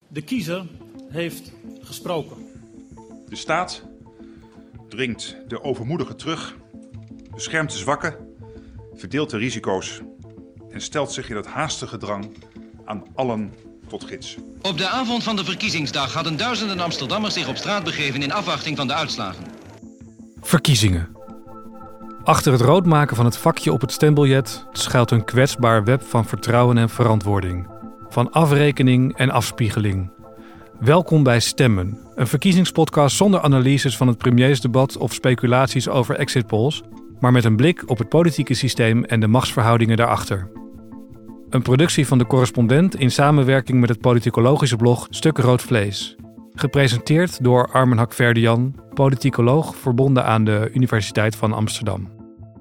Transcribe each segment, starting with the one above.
De kiezer heeft gesproken. De staat dringt de overmoedigen terug, beschermt de zwakken, verdeelt de risico's en stelt zich in het haastige drang aan allen tot gids. Op de avond van de verkiezingsdag hadden duizenden Amsterdammers zich op straat begeven in afwachting van de uitslagen. Verkiezingen. Achter het roodmaken van het vakje op het stembiljet schuilt een kwetsbaar web van vertrouwen en verantwoording. Van afrekening en afspiegeling. Welkom bij Stemmen, een verkiezingspodcast zonder analyses van het premiersdebat of speculaties over exit polls, maar met een blik op het politieke systeem en de machtsverhoudingen daarachter. Een productie van De Correspondent in samenwerking met het politicologische blog Stuk Rood Vlees. Gepresenteerd door Armen Hakverdian, politicoloog verbonden aan de Universiteit van Amsterdam.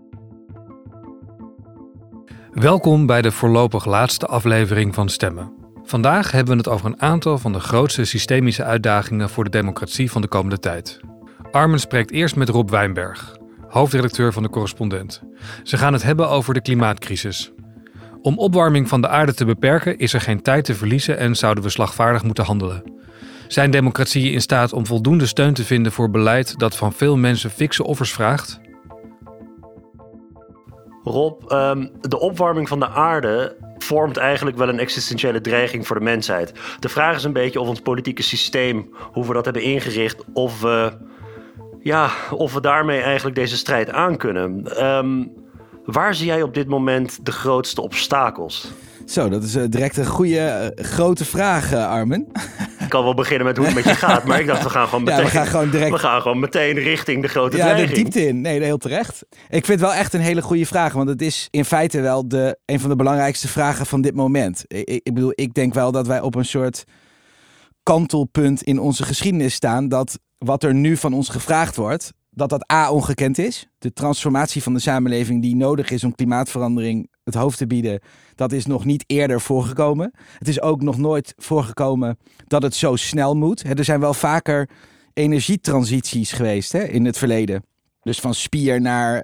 Welkom bij de voorlopig laatste aflevering van Stemmen. Vandaag hebben we het over een aantal van de grootste systemische uitdagingen voor de democratie van de komende tijd. Armen spreekt eerst met Rob Wijnberg, hoofdredacteur van De Correspondent. Ze gaan het hebben over de klimaatcrisis. Om opwarming van de aarde te beperken is er geen tijd te verliezen en zouden we slagvaardig moeten handelen. Zijn democratieën in staat om voldoende steun te vinden voor beleid dat van veel mensen fikse offers vraagt? Rob, de opwarming van de aarde vormt eigenlijk wel een existentiële dreiging voor de mensheid. De vraag is een beetje of ons politieke systeem, hoe we dat hebben ingericht, of we daarmee eigenlijk deze strijd aankunnen. Waar zie jij op dit moment de grootste obstakels? Zo, dat is direct een goede, grote vraag, Armen. Ik kan wel beginnen met hoe het met je gaat, maar ik dacht we gaan gewoon meteen richting de grote dreiging. Ja, de diepte in. Nee, heel terecht. Ik vind het wel echt een hele goede vraag, want het is in feite wel een van de belangrijkste vragen van dit moment. Ik denk wel dat wij op een soort kantelpunt in onze geschiedenis staan, dat wat er nu van ons gevraagd wordt, dat A, ongekend is. De transformatie van de samenleving die nodig is om klimaatverandering het hoofd te bieden, dat is nog niet eerder voorgekomen. Het is ook nog nooit voorgekomen dat het zo snel moet. Er zijn wel vaker energietransities geweest in het verleden. Dus van spier naar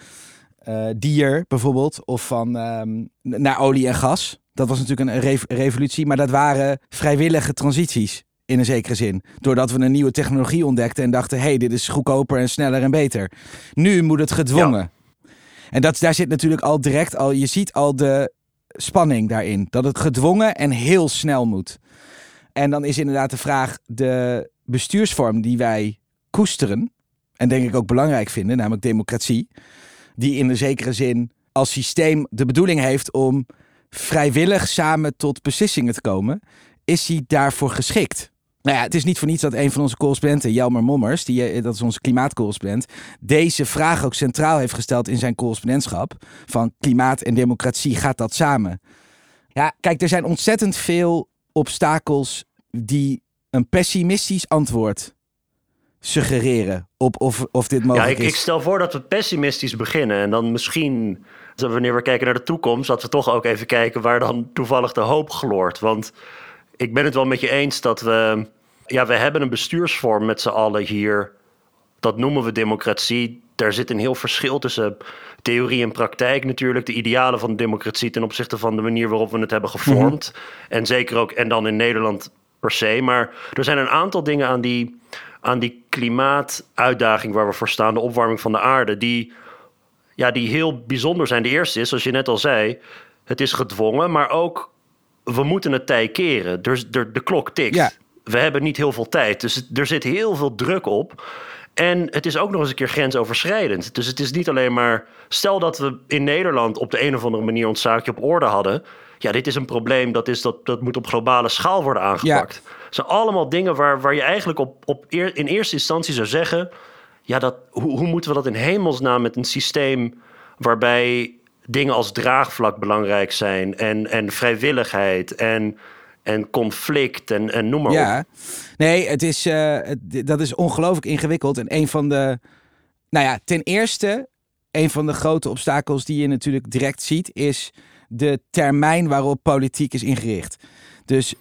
dier bijvoorbeeld, of van naar olie en gas. Dat was natuurlijk een revolutie, maar dat waren vrijwillige transities. In een zekere zin. Doordat we een nieuwe technologie ontdekten en dachten, hey, dit is goedkoper en sneller en beter. Nu moet het gedwongen. Ja. En daar zit natuurlijk al direct je ziet al de spanning daarin. Dat het gedwongen en heel snel moet. En dan is inderdaad de vraag, de bestuursvorm die wij koesteren, en denk ik ook belangrijk vinden, namelijk democratie, die in een zekere zin als systeem de bedoeling heeft om vrijwillig samen tot beslissingen te komen, is die daarvoor geschikt? Nou ja, het is niet voor niets dat een van onze correspondenten, Jelmer Mommers, dat is onze klimaatcorrespondent, deze vraag ook centraal heeft gesteld in zijn correspondentschap. Van klimaat en democratie, gaat dat samen? Ja, kijk, er zijn ontzettend veel obstakels die een pessimistisch antwoord suggereren op of dit mogelijk is. Ik stel voor dat we pessimistisch beginnen en dan misschien, wanneer we kijken naar de toekomst, dat we toch ook even kijken waar dan toevallig de hoop gloort. Want ik ben het wel met je eens dat we hebben een bestuursvorm met z'n allen hier. Dat noemen we democratie. Daar zit een heel verschil tussen theorie en praktijk natuurlijk. De idealen van de democratie ten opzichte van de manier waarop we het hebben gevormd. En zeker ook, en dan in Nederland per se. Maar er zijn een aantal dingen aan die klimaatuitdaging waar we voor staan, de opwarming van de aarde, die heel bijzonder zijn. De eerste is, zoals je net al zei, het is gedwongen, maar ook we moeten het tij keren. De klok tikt. Ja. We hebben niet heel veel tijd. Dus er zit heel veel druk op. En het is ook nog eens een keer grensoverschrijdend. Dus het is niet alleen maar, stel dat we in Nederland op de een of andere manier ons zaakje op orde hadden. Ja, dit is een probleem. Dat moet op globale schaal worden aangepakt. Ja. Het zijn allemaal dingen waar je eigenlijk in eerste instantie zou zeggen, ja, hoe moeten we dat in hemelsnaam met een systeem waarbij dingen als draagvlak belangrijk zijn en vrijwilligheid en conflict en noem maar op. Nee, dat is ongelooflijk ingewikkeld. En ten eerste, een van de grote obstakels die je natuurlijk direct ziet, is de termijn waarop politiek is ingericht. Dus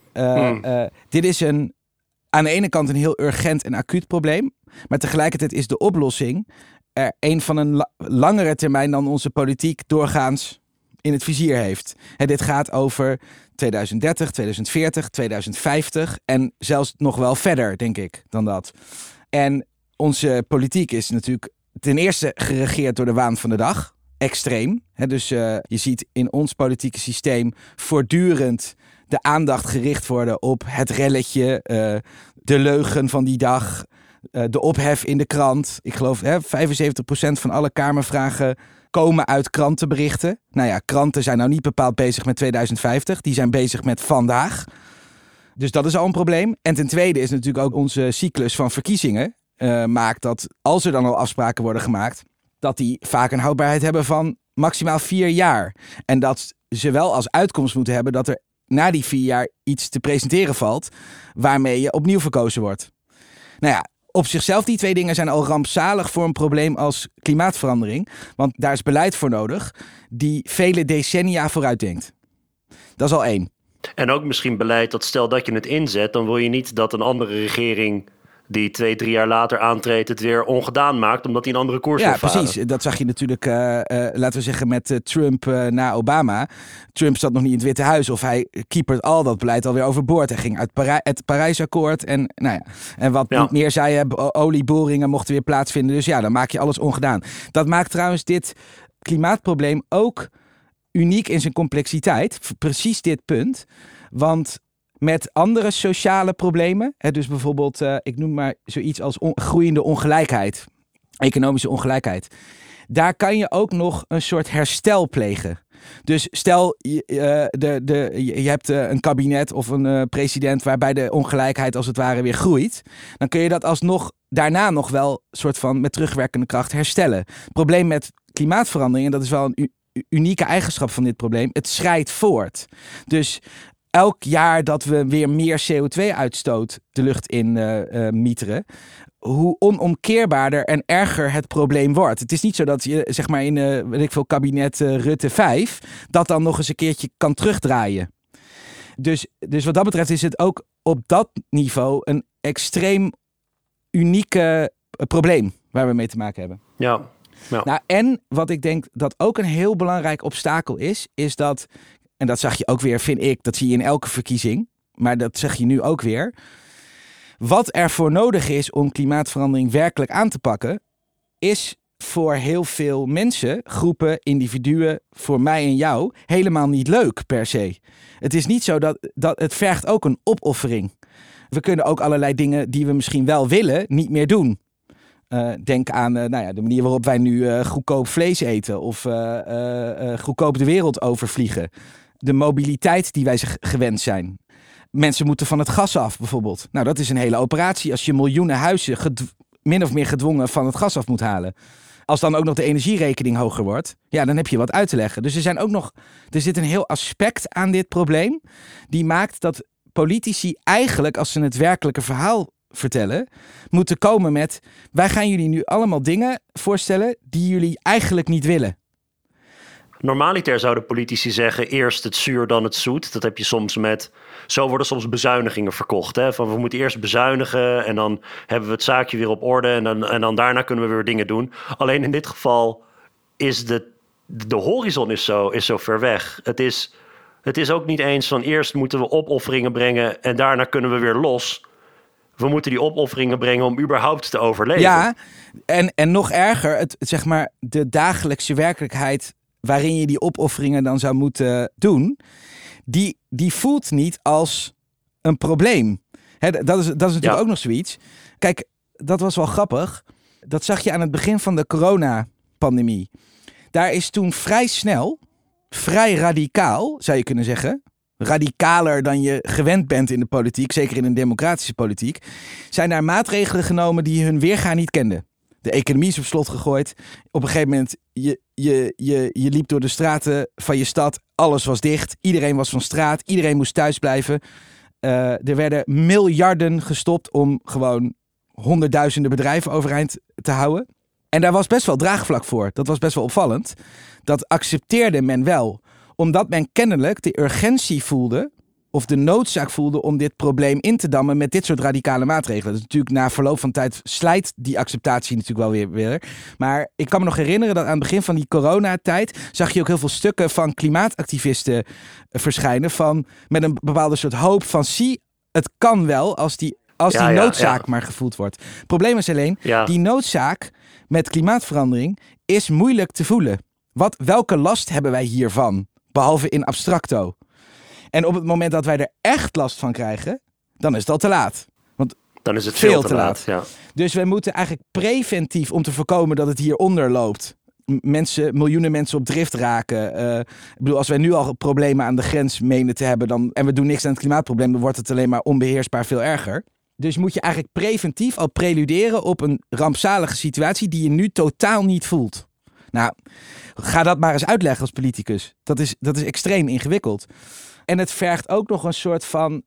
dit is aan de ene kant een heel urgent en acuut probleem, maar tegelijkertijd is de oplossing een van een langere termijn dan onze politiek doorgaans in het vizier heeft. Dit gaat over 2030, 2040, 2050 en zelfs nog wel verder, denk ik, dan dat. En onze politiek is natuurlijk ten eerste geregeerd door de waan van de dag. Extreem. Dus je ziet in ons politieke systeem voortdurend de aandacht gericht worden op het relletje, de leugen van die dag, de ophef in de krant. Ik geloof 75% van alle Kamervragen komen uit krantenberichten. Nou ja, kranten zijn nou niet bepaald bezig met 2050. Die zijn bezig met vandaag. Dus dat is al een probleem. En ten tweede is natuurlijk ook onze cyclus van verkiezingen maakt dat als er dan al afspraken worden gemaakt, dat die vaak een houdbaarheid hebben van maximaal 4 jaar. En dat ze wel als uitkomst moeten hebben dat er na die 4 jaar iets te presenteren valt waarmee je opnieuw verkozen wordt. Nou ja, op zichzelf die 2 dingen zijn al rampzalig voor een probleem als klimaatverandering. Want daar is beleid voor nodig die vele decennia vooruit denkt. Dat is al 1. En ook misschien beleid dat stel dat je het inzet, dan wil je niet dat een andere regering die 2-3 jaar later aantreedt het weer ongedaan maakt, omdat hij een andere koers wil varen. Ja, precies. Dat zag je natuurlijk, laten we zeggen, met Trump na Obama. Trump zat nog niet in het Witte Huis of hij keepert al dat beleid alweer overboord. Hij ging uit het Parijsakkoord en nou ja. En wat niet meer zei, olieboringen mochten weer plaatsvinden. Dus ja, dan maak je alles ongedaan. Dat maakt trouwens dit klimaatprobleem ook uniek in zijn complexiteit. Precies dit punt. Want met andere sociale problemen, dus bijvoorbeeld, ik noem maar zoiets als groeiende ongelijkheid, economische ongelijkheid. Daar kan je ook nog een soort herstel plegen. Dus stel, je hebt een kabinet of een president waarbij de ongelijkheid als het ware weer groeit. Dan kun je dat alsnog daarna nog wel soort van met terugwerkende kracht herstellen. Het probleem met klimaatverandering, en dat is wel een unieke eigenschap van dit probleem, het schrijdt voort. Dus elk jaar dat we weer meer CO2-uitstoot de lucht in mieteren, hoe onomkeerbaarder en erger het probleem wordt. Het is niet zo dat je zeg maar in kabinet Rutte 5 dat dan nog eens een keertje kan terugdraaien. Dus wat dat betreft is het ook op dat niveau een extreem unieke probleem waar we mee te maken hebben. Ja. Nou, en wat ik denk dat ook een heel belangrijk obstakel is dat, en dat zag je ook weer, vind ik, dat zie je in elke verkiezing, maar dat zeg je nu ook weer. Wat er voor nodig is om klimaatverandering werkelijk aan te pakken, is voor heel veel mensen, groepen, individuen, voor mij en jou, helemaal niet leuk per se. Het is niet zo dat het vergt ook een opoffering. We kunnen ook allerlei dingen die we misschien wel willen, niet meer doen. Denk aan de manier waarop wij nu goedkoop vlees eten of goedkoop de wereld overvliegen. De mobiliteit die wij gewend zijn. Mensen moeten van het gas af bijvoorbeeld. Nou, dat is een hele operatie als je miljoenen huizen min of meer gedwongen van het gas af moet halen. Als dan ook nog de energierekening hoger wordt, ja, dan heb je wat uit te leggen. Dus er zit een heel aspect aan dit probleem die maakt dat politici eigenlijk, als ze het werkelijke verhaal vertellen, moeten komen met: wij gaan jullie nu allemaal dingen voorstellen die jullie eigenlijk niet willen. Normaliter zouden politici zeggen eerst het zuur dan het zoet. Dat heb je soms zo worden soms bezuinigingen verkocht. Hè? Van we moeten eerst bezuinigen en dan hebben we het zaakje weer op orde en dan daarna kunnen we weer dingen doen. Alleen in dit geval is de horizon is zo ver weg. Het is ook niet eens van eerst moeten we opofferingen brengen en daarna kunnen we weer los. We moeten die opofferingen brengen om überhaupt te overleven. Ja, en nog erger, zeg maar de dagelijkse werkelijkheid waarin je die opofferingen dan zou moeten doen, die voelt niet als een probleem. Dat is natuurlijk ook nog zoiets. Kijk, dat was wel grappig. Dat zag je aan het begin van de coronapandemie. Daar is toen vrij snel, vrij radicaal, zou je kunnen zeggen, radicaler dan je gewend bent in de politiek, zeker in een democratische politiek, zijn daar maatregelen genomen die hun weerga niet kenden. De economie is op slot gegooid. Op een gegeven moment, je liep door de straten van je stad. Alles was dicht. Iedereen was van straat. Iedereen moest thuis blijven. Er werden miljarden gestopt om gewoon honderdduizenden bedrijven overeind te houden. En daar was best wel draagvlak voor. Dat was best wel opvallend. Dat accepteerde men wel. Omdat men kennelijk de urgentie voelde of de noodzaak voelden om dit probleem in te dammen met dit soort radicale maatregelen. Dus natuurlijk na verloop van tijd slijt die acceptatie natuurlijk wel weer. Maar ik kan me nog herinneren dat aan het begin van die coronatijd zag je ook heel veel stukken van klimaatactivisten verschijnen met een bepaalde soort hoop van zie, het kan wel als die noodzaak maar gevoeld wordt. Het probleem is alleen, die noodzaak met klimaatverandering is moeilijk te voelen. Welke last hebben wij hiervan? Behalve in abstracto. En op het moment dat wij er echt last van krijgen, dan is het al te laat. Want dan is het veel te laat. Ja. Dus wij moeten eigenlijk preventief, om te voorkomen dat het hieronder loopt, miljoenen mensen op drift raken. Ik bedoel, als wij nu al problemen aan de grens menen te hebben, en we doen niks aan het klimaatprobleem, dan wordt het alleen maar onbeheersbaar veel erger. Dus moet je eigenlijk preventief al preluderen op een rampzalige situatie die je nu totaal niet voelt. Nou, ga dat maar eens uitleggen als politicus. Dat is extreem ingewikkeld. En het vergt ook nog een soort van,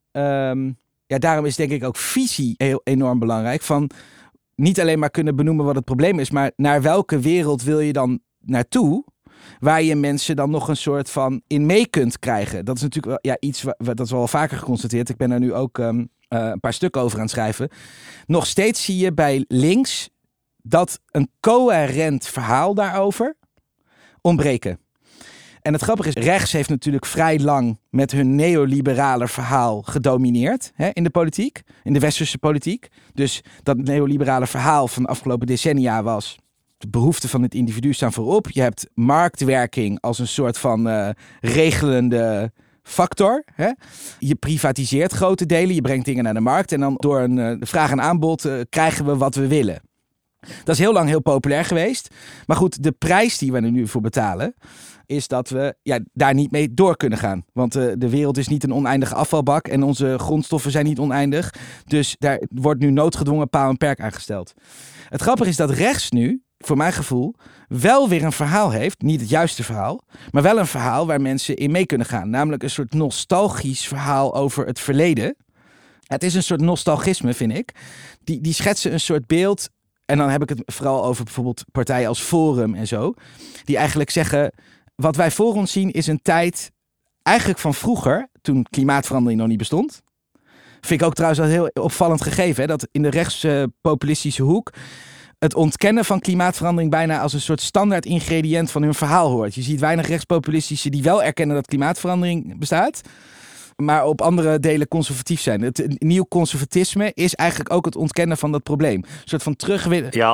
daarom is denk ik ook visie heel enorm belangrijk. Van niet alleen maar kunnen benoemen wat het probleem is, maar naar welke wereld wil je dan naartoe, waar je mensen dan nog een soort van in mee kunt krijgen. Dat is natuurlijk wel iets dat is wel vaker geconstateerd. Ik ben er nu ook een paar stukken over aan het schrijven. Nog steeds zie je bij links dat een coherent verhaal daarover ontbreken. En het grappige is, rechts heeft natuurlijk vrij lang met hun neoliberale verhaal gedomineerd in de politiek, in de westerse politiek. Dus dat neoliberale verhaal van de afgelopen decennia was, de behoeften van het individu staan voorop. Je hebt marktwerking als een soort van regelende factor. Je privatiseert grote delen, je brengt dingen naar de markt en dan door een vraag en aanbod krijgen we wat we willen. Dat is heel lang heel populair geweest. Maar goed, de prijs die we er nu voor betalen is dat we daar niet mee door kunnen gaan. Want de wereld is niet een oneindige afvalbak en onze grondstoffen zijn niet oneindig. Dus daar wordt nu noodgedwongen paal en perk aangesteld. Het grappige is dat rechts nu, voor mijn gevoel, wel weer een verhaal heeft. Niet het juiste verhaal, maar wel een verhaal waar mensen in mee kunnen gaan. Namelijk een soort nostalgisch verhaal over het verleden. Het is een soort nostalgisme, vind ik. Die schetsen een soort beeld. En dan heb ik het vooral over bijvoorbeeld partijen als Forum en zo. Die eigenlijk zeggen, wat wij voor ons zien is een tijd eigenlijk van vroeger, toen klimaatverandering nog niet bestond. Vind ik ook trouwens een heel opvallend gegeven, dat in de rechtspopulistische hoek het ontkennen van klimaatverandering bijna als een soort standaard ingrediënt van hun verhaal hoort. Je ziet weinig rechtspopulistische die wel erkennen dat klimaatverandering bestaat, maar op andere delen conservatief zijn. Het nieuw conservatisme is eigenlijk ook het ontkennen van dat probleem. Een soort van terug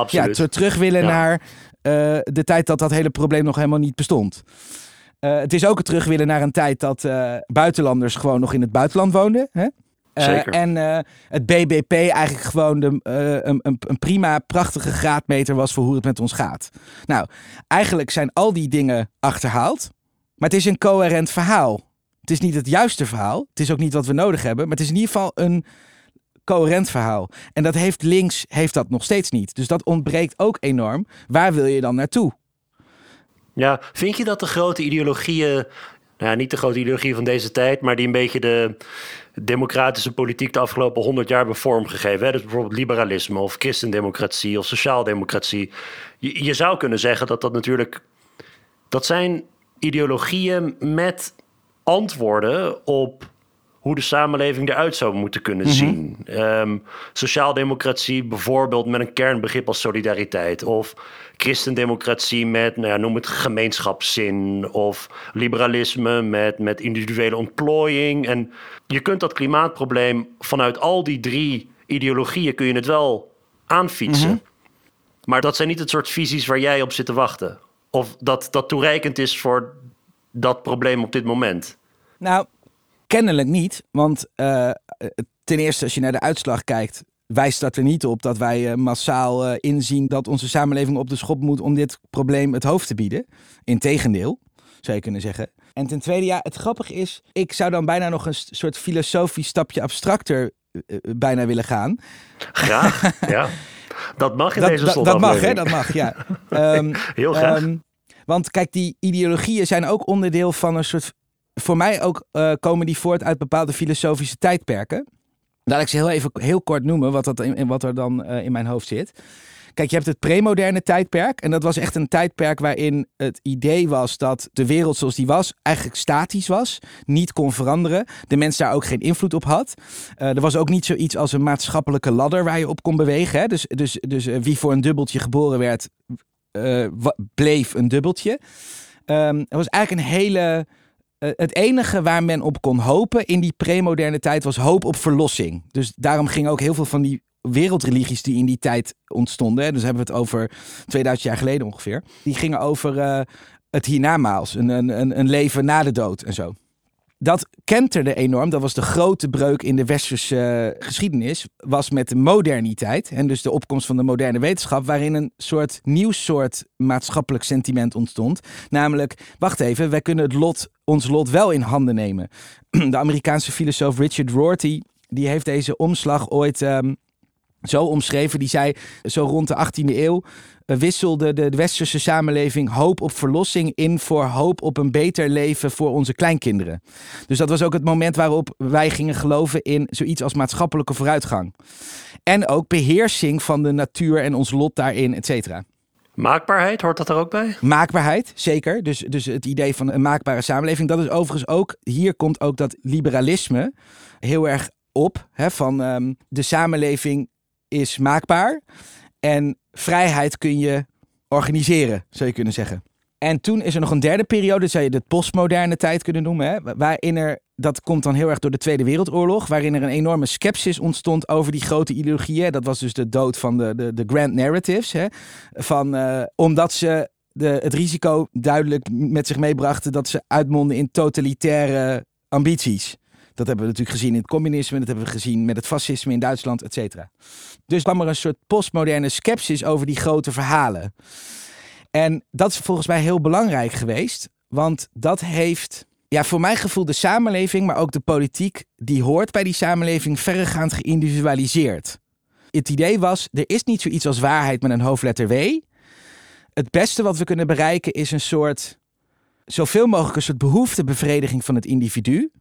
willen naar de tijd dat hele probleem nog helemaal niet bestond. Het is ook het terug willen naar een tijd dat buitenlanders gewoon nog in het buitenland woonden. Hè? Zeker. En het BBP eigenlijk gewoon een prima, prachtige graadmeter was voor hoe het met ons gaat. Nou, eigenlijk zijn al die dingen achterhaald. Maar het is een coherent verhaal. Het is niet het juiste verhaal. Het is ook niet wat we nodig hebben. Maar het is in ieder geval een coherent verhaal. En dat heeft links dat nog steeds niet. Dus dat ontbreekt ook enorm. Waar wil je dan naartoe? Ja, vind je dat de grote ideologieën, niet de grote ideologie van deze tijd, maar die een beetje de democratische politiek de afgelopen 100 jaar hebben vormgegeven. Hè? Dus bijvoorbeeld liberalisme of christendemocratie of sociaaldemocratie. Je zou kunnen zeggen dat zijn ideologieën met antwoorden op hoe de samenleving eruit zou moeten kunnen zien. Sociaaldemocratie bijvoorbeeld met een kernbegrip als solidariteit. Of christendemocratie met, noem het gemeenschapszin. Of liberalisme met individuele ontplooiing. En je kunt dat klimaatprobleem vanuit al die 3 ideologieën kun je het wel aanfietsen. Maar dat zijn niet het soort visies waar jij op zit te wachten. Of dat toereikend is voor dat probleem op dit moment. Nou, kennelijk niet. Want ten eerste, als je naar de uitslag kijkt, wijst dat er niet op dat wij massaal inzien dat onze samenleving op de schop moet om dit probleem het hoofd te bieden. Integendeel, zou je kunnen zeggen. En ten tweede, het grappige is, ik zou dan bijna nog een soort filosofisch stapje abstracter bijna willen gaan. Graag, ja. Dat mag in deze slotaflevering. Dat mag, ja. Heel graag. Want kijk, die ideologieën zijn ook onderdeel van een soort, voor mij ook komen die voort uit bepaalde filosofische tijdperken. Laat ik ze heel kort noemen wat er dan in mijn hoofd zit. Kijk, je hebt het premoderne tijdperk. En dat was echt een tijdperk waarin het idee was dat de wereld zoals die was eigenlijk statisch was. Niet kon veranderen. De mens daar ook geen invloed op had. Er was ook niet zoiets als een maatschappelijke ladder waar je op kon bewegen. Hè? Dus wie voor een dubbeltje geboren werd, bleef een dubbeltje. Er was eigenlijk een hele... het enige waar men op kon hopen in die premoderne tijd was hoop op verlossing. Dus daarom gingen ook heel veel van die wereldreligies die in die tijd ontstonden. Hè, dus hebben we het over 2000 jaar geleden ongeveer. Die gingen over het hiernamaals, een leven na de dood en zo. Dat kenterde enorm. Dat was de grote breuk in de westerse geschiedenis. Was met de moderniteit. En dus de opkomst van de moderne wetenschap. Waarin een nieuw soort maatschappelijk sentiment ontstond. Namelijk, wacht even, wij kunnen ons lot wel in handen nemen. De Amerikaanse filosoof Richard Rorty, die heeft deze omslag ooit zo omschreven. Die zei, zo rond de 18e eeuw wisselde de westerse samenleving hoop op verlossing in voor hoop op een beter leven voor onze kleinkinderen. Dus dat was ook het moment waarop wij gingen geloven in zoiets als maatschappelijke vooruitgang. En ook beheersing van de natuur en ons lot daarin, et cetera. Maakbaarheid, hoort dat er ook bij? Maakbaarheid, zeker. Dus het idee van een maakbare samenleving. Dat is overigens ook, hier komt ook dat liberalisme heel erg op. Hè, van de samenleving is maakbaar en vrijheid kun je organiseren, zou je kunnen zeggen. En toen is er nog een derde periode, zou je de postmoderne tijd kunnen noemen, hè, waarin dat komt dan heel erg door de Tweede Wereldoorlog, waarin er een enorme scepsis ontstond over die grote ideologieën. Dat was dus de dood van de grand narratives. Hè, omdat ze het risico duidelijk met zich meebrachten dat ze uitmonden in totalitaire ambities. Dat hebben we natuurlijk gezien in het communisme, dat hebben we gezien met het fascisme in Duitsland, et cetera. Dus kwam er een soort postmoderne scepsis over die grote verhalen. En dat is volgens mij heel belangrijk geweest, want dat heeft, voor mijn gevoel de samenleving, maar ook de politiek, die hoort bij die samenleving verregaand geïndividualiseerd. Het idee was, er is niet zoiets als waarheid met een hoofdletter W. Het beste wat we kunnen bereiken is zoveel mogelijk een soort behoeftebevrediging van het individu.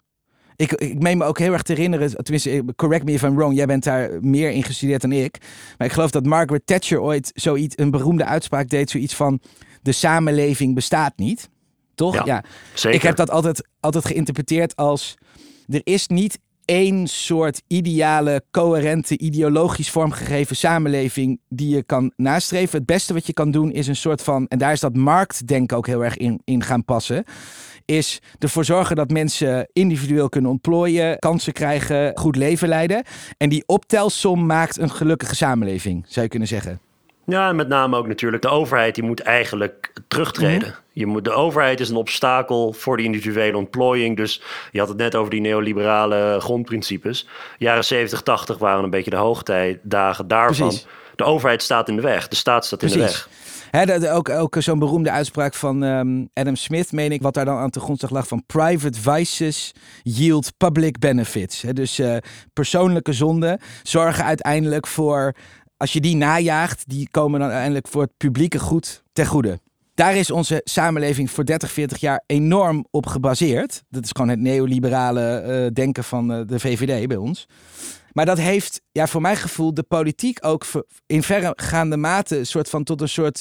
Ik meen me ook heel erg te herinneren, tenminste, correct me if I'm wrong, jij bent daar meer in gestudeerd dan ik. Maar ik geloof dat Margaret Thatcher ooit een beroemde uitspraak deed, zoiets van, de samenleving bestaat niet. Toch? Ja, zeker. Ik heb dat altijd geïnterpreteerd als, er is niet één soort ideale, coherente, ideologisch vormgegeven samenleving die je kan nastreven. Het beste wat je kan doen is een soort van, en daar is dat marktdenken ook heel erg in gaan passen, is ervoor zorgen dat mensen individueel kunnen ontplooien, kansen krijgen, goed leven leiden. En die optelsom maakt een gelukkige samenleving, zou je kunnen zeggen. Ja, en met name ook natuurlijk de overheid, die moet eigenlijk terugtreden. De overheid is een obstakel voor de individuele ontplooiing. Dus je had het net over die neoliberale grondprincipes. Jaren 70, 80 waren een beetje de hoogtijdagen daarvan. Precies. De overheid staat in de weg, de staat staat in de weg. Ook zo'n beroemde uitspraak van Adam Smith, meen ik, wat daar dan aan de grondslag lag van private vices yield public benefits. Dus persoonlijke zonden zorgen uiteindelijk voor, als je die najaagt, die komen dan uiteindelijk voor het publieke goed ten goede. Daar is onze samenleving voor 30, 40 jaar enorm op gebaseerd. Dat is gewoon het neoliberale denken van de VVD bij ons. Maar dat heeft, voor mijn gevoel, de politiek ook in verregaande mate tot een soort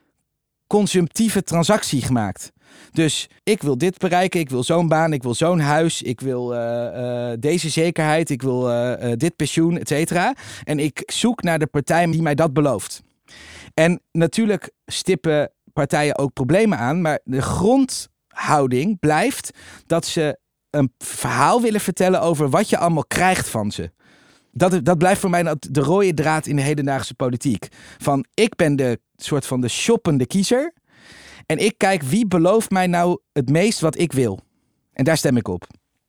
consumptieve transactie gemaakt. Dus ik wil dit bereiken, ik wil zo'n baan, ik wil zo'n huis, ik wil deze zekerheid, ik wil dit pensioen, et cetera. En ik zoek naar de partij die mij dat belooft. En natuurlijk stippen partijen ook problemen aan, maar de grondhouding blijft dat ze een verhaal willen vertellen over wat je allemaal krijgt van ze. Dat blijft voor mij de rode draad in de hedendaagse politiek. Van, ik ben de soort van de shoppende kiezer. En ik kijk, wie belooft mij nou het meest wat ik wil? En daar stem ik op.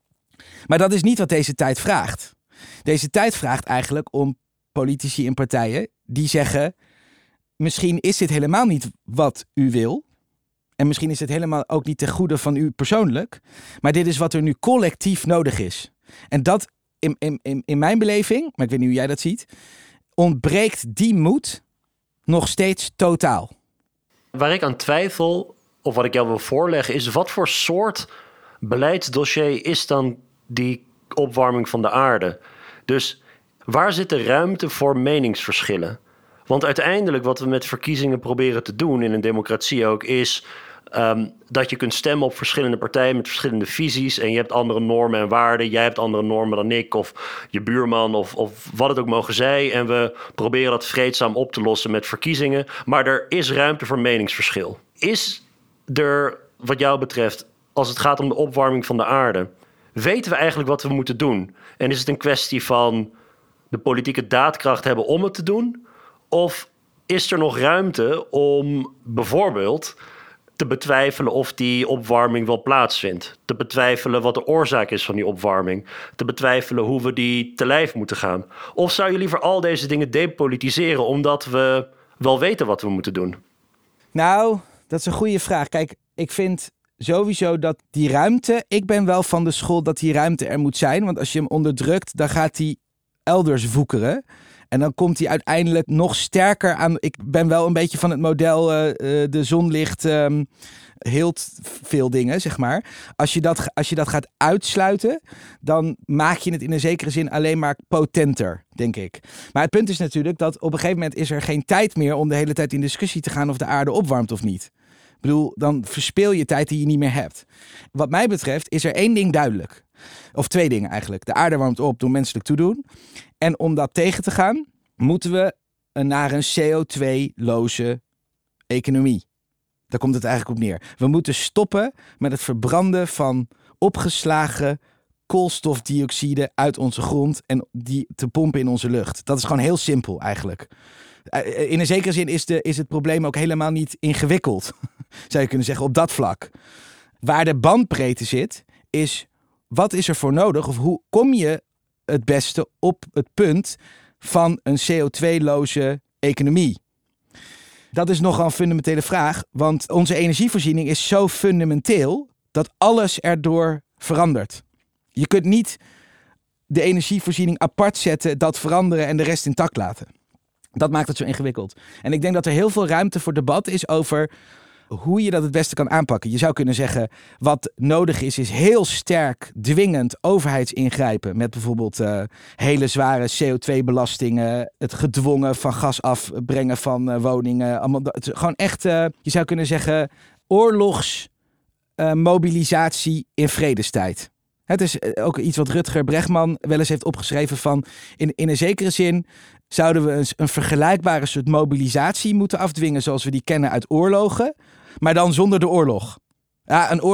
Maar dat is niet wat deze tijd vraagt. Deze tijd vraagt eigenlijk om politici en partijen die zeggen, misschien is dit helemaal niet wat u wil. En misschien is het helemaal ook niet ten goede van u persoonlijk. Maar dit is wat er nu collectief nodig is. En dat in mijn beleving, maar ik weet niet hoe jij dat ziet, ontbreekt die moed nog steeds totaal. Waar ik aan twijfel, of wat ik jou wil voorleggen, is wat voor soort beleidsdossier is dan die opwarming van de aarde? Dus waar zit de ruimte voor meningsverschillen? Want uiteindelijk wat we met verkiezingen proberen te doen in een democratie ook is dat je kunt stemmen op verschillende partijen met verschillende visies. En je hebt andere normen en waarden. Jij hebt andere normen dan ik of je buurman of wat het ook mogen zijn. En we proberen dat vreedzaam op te lossen met verkiezingen. Maar er is ruimte voor meningsverschil. Is er, wat jou betreft, als het gaat om de opwarming van de aarde, weten we eigenlijk wat we moeten doen? En is het een kwestie van de politieke daadkracht hebben om het te doen? Of is er nog ruimte om bijvoorbeeld te betwijfelen of die opwarming wel plaatsvindt? Te betwijfelen wat de oorzaak is van die opwarming? Te betwijfelen hoe we die te lijf moeten gaan? Of zou je liever al deze dingen depolitiseren omdat we wel weten wat we moeten doen? Nou, dat is een goede vraag. Kijk, ik vind sowieso dat die ruimte... Ik ben wel van de school dat die ruimte er moet zijn. Want als je hem onderdrukt, dan gaat hij elders woekeren. En dan komt hij uiteindelijk nog sterker aan... Ik ben wel een beetje van het model de zonlicht heelt veel dingen, zeg maar. Als je dat gaat uitsluiten, dan maak je het in een zekere zin alleen maar potenter, denk ik. Maar het punt is natuurlijk dat op een gegeven moment is er geen tijd meer om de hele tijd in discussie te gaan of de aarde opwarmt of niet. Ik bedoel, dan verspil je tijd die je niet meer hebt. Wat mij betreft is er één ding duidelijk. Of twee dingen eigenlijk. De aarde warmt op door menselijk toedoen. En om dat tegen te gaan, moeten we naar een CO2-loze economie. Daar komt het eigenlijk op neer. We moeten stoppen met het verbranden van opgeslagen koolstofdioxide uit onze grond en die te pompen in onze lucht. Dat is gewoon heel simpel eigenlijk. In een zekere zin is het probleem ook helemaal niet ingewikkeld, zou je kunnen zeggen, op dat vlak. Waar de bandbreedte zit, is wat is er voor nodig of hoe kom je het beste op het punt van een CO2-loze economie? Dat is nogal een fundamentele vraag, want onze energievoorziening is zo fundamenteel dat alles erdoor verandert. Je kunt niet de energievoorziening apart zetten, dat veranderen en de rest intact laten. Dat maakt het zo ingewikkeld. En ik denk dat er heel veel ruimte voor debat is over hoe je dat het beste kan aanpakken. Je zou kunnen zeggen, wat nodig is heel sterk dwingend overheidsingrijpen met bijvoorbeeld hele zware CO2-belastingen, het gedwongen van gas afbrengen van woningen. Allemaal, gewoon echt, je zou kunnen zeggen, oorlogsmobilisatie in vredestijd. Het is ook iets wat Rutger Bregman wel eens heeft opgeschreven van in een zekere zin zouden we een vergelijkbare soort mobilisatie moeten afdwingen zoals we die kennen uit oorlogen, maar dan zonder de oorlog. Ja, een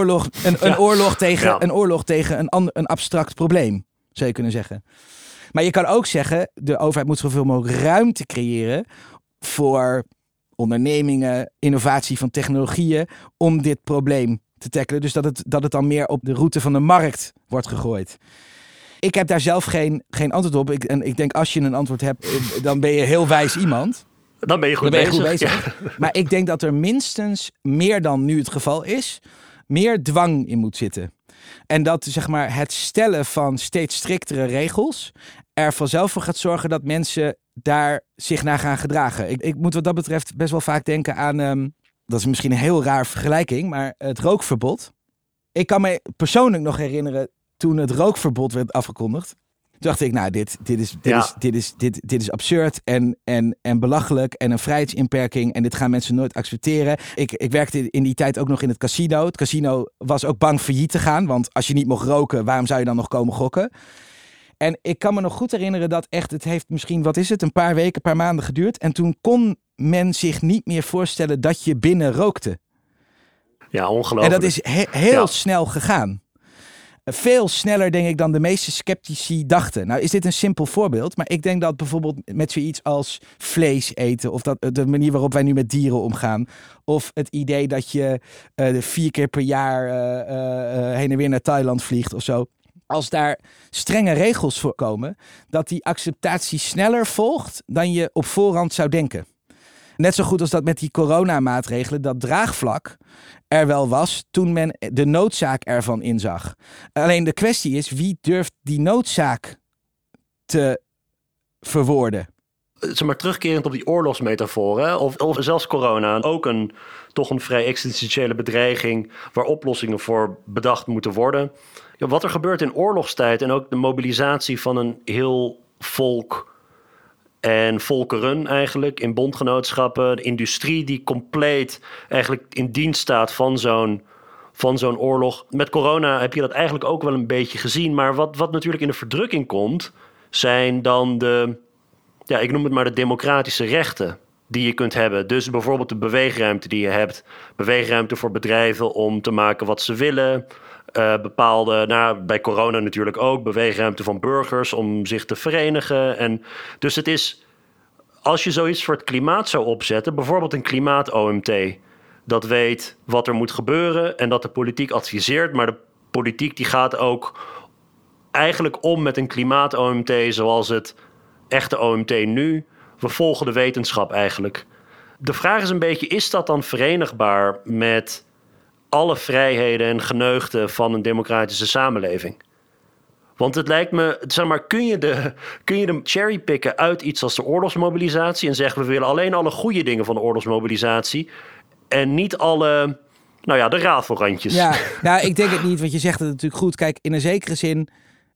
oorlog tegen een abstract probleem, zou je kunnen zeggen. Maar je kan ook zeggen, de overheid moet zoveel mogelijk ruimte creëren voor ondernemingen, innovatie van technologieën om dit probleem te tackelen. Dus dat het dan meer op de route van de markt wordt gegooid. Ik heb daar zelf geen antwoord op. Ik denk als je een antwoord hebt, dan ben je heel wijs iemand. Dan ben je goed bezig. Ja. Maar ik denk dat er minstens meer dan nu het geval is, meer dwang in moet zitten. En dat zeg maar het stellen van steeds striktere regels er vanzelf voor gaat zorgen dat mensen daar zich naar gaan gedragen. Ik moet wat dat betreft best wel vaak denken aan, dat is misschien een heel raar vergelijking, maar het rookverbod. Ik kan me persoonlijk nog herinneren toen het rookverbod werd afgekondigd. Toen dacht ik, nou, dit is absurd en belachelijk en een vrijheidsinperking en dit gaan mensen nooit accepteren. Ik werkte in die tijd ook nog in het casino. Het casino was ook bang failliet te gaan, want als je niet mocht roken, waarom zou je dan nog komen gokken? En ik kan me nog goed herinneren dat echt, het heeft misschien, een paar weken, een paar maanden geduurd. En toen kon men zich niet meer voorstellen dat je binnen rookte. Ja, ongelooflijk. En dat is heel snel gegaan. Veel sneller, denk ik, dan de meeste sceptici dachten. Nou is dit een simpel voorbeeld, maar ik denk dat bijvoorbeeld met zoiets als vlees eten, of de manier waarop wij nu met dieren omgaan, of het idee dat je 4 keer per jaar heen en weer naar Thailand vliegt of zo. Als daar strenge regels voor komen, dat die acceptatie sneller volgt dan je op voorhand zou denken. Net zo goed als dat met die coronamaatregelen, dat draagvlak er wel was toen men de noodzaak ervan inzag. Alleen de kwestie is, wie durft die noodzaak te verwoorden? Zeg maar terugkerend op die oorlogsmetafoor, hè? Of zelfs corona, ook toch een vrij existentiële bedreiging waar oplossingen voor bedacht moeten worden. Ja, wat er gebeurt in oorlogstijd en ook de mobilisatie van een heel volk en volkeren eigenlijk in bondgenootschappen. De industrie die compleet eigenlijk in dienst staat van zo'n oorlog. Met corona heb je dat eigenlijk ook wel een beetje gezien. Maar wat natuurlijk in de verdrukking komt, zijn dan ik noem het maar de democratische rechten die je kunt hebben. Dus bijvoorbeeld de beweegruimte die je hebt. Beweegruimte voor bedrijven om te maken wat ze willen. Bij corona natuurlijk ook, beweegruimte van burgers om zich te verenigen. En dus het is, als je zoiets voor het klimaat zou opzetten, bijvoorbeeld een klimaat-OMT, dat weet wat er moet gebeuren en dat de politiek adviseert, maar de politiek die gaat ook eigenlijk om met een klimaat-OMT zoals het echte OMT nu. We volgen de wetenschap eigenlijk. De vraag is een beetje, is dat dan verenigbaar met alle vrijheden en geneugten van een democratische samenleving? Want het lijkt me, zeg maar, kun je de cherrypicken uit iets als de oorlogsmobilisatie en zeggen we willen alleen alle goede dingen van de oorlogsmobilisatie en niet alle, de rafelrandjes. Ja, nou, ik denk het niet, want je zegt het natuurlijk goed. Kijk, in een zekere zin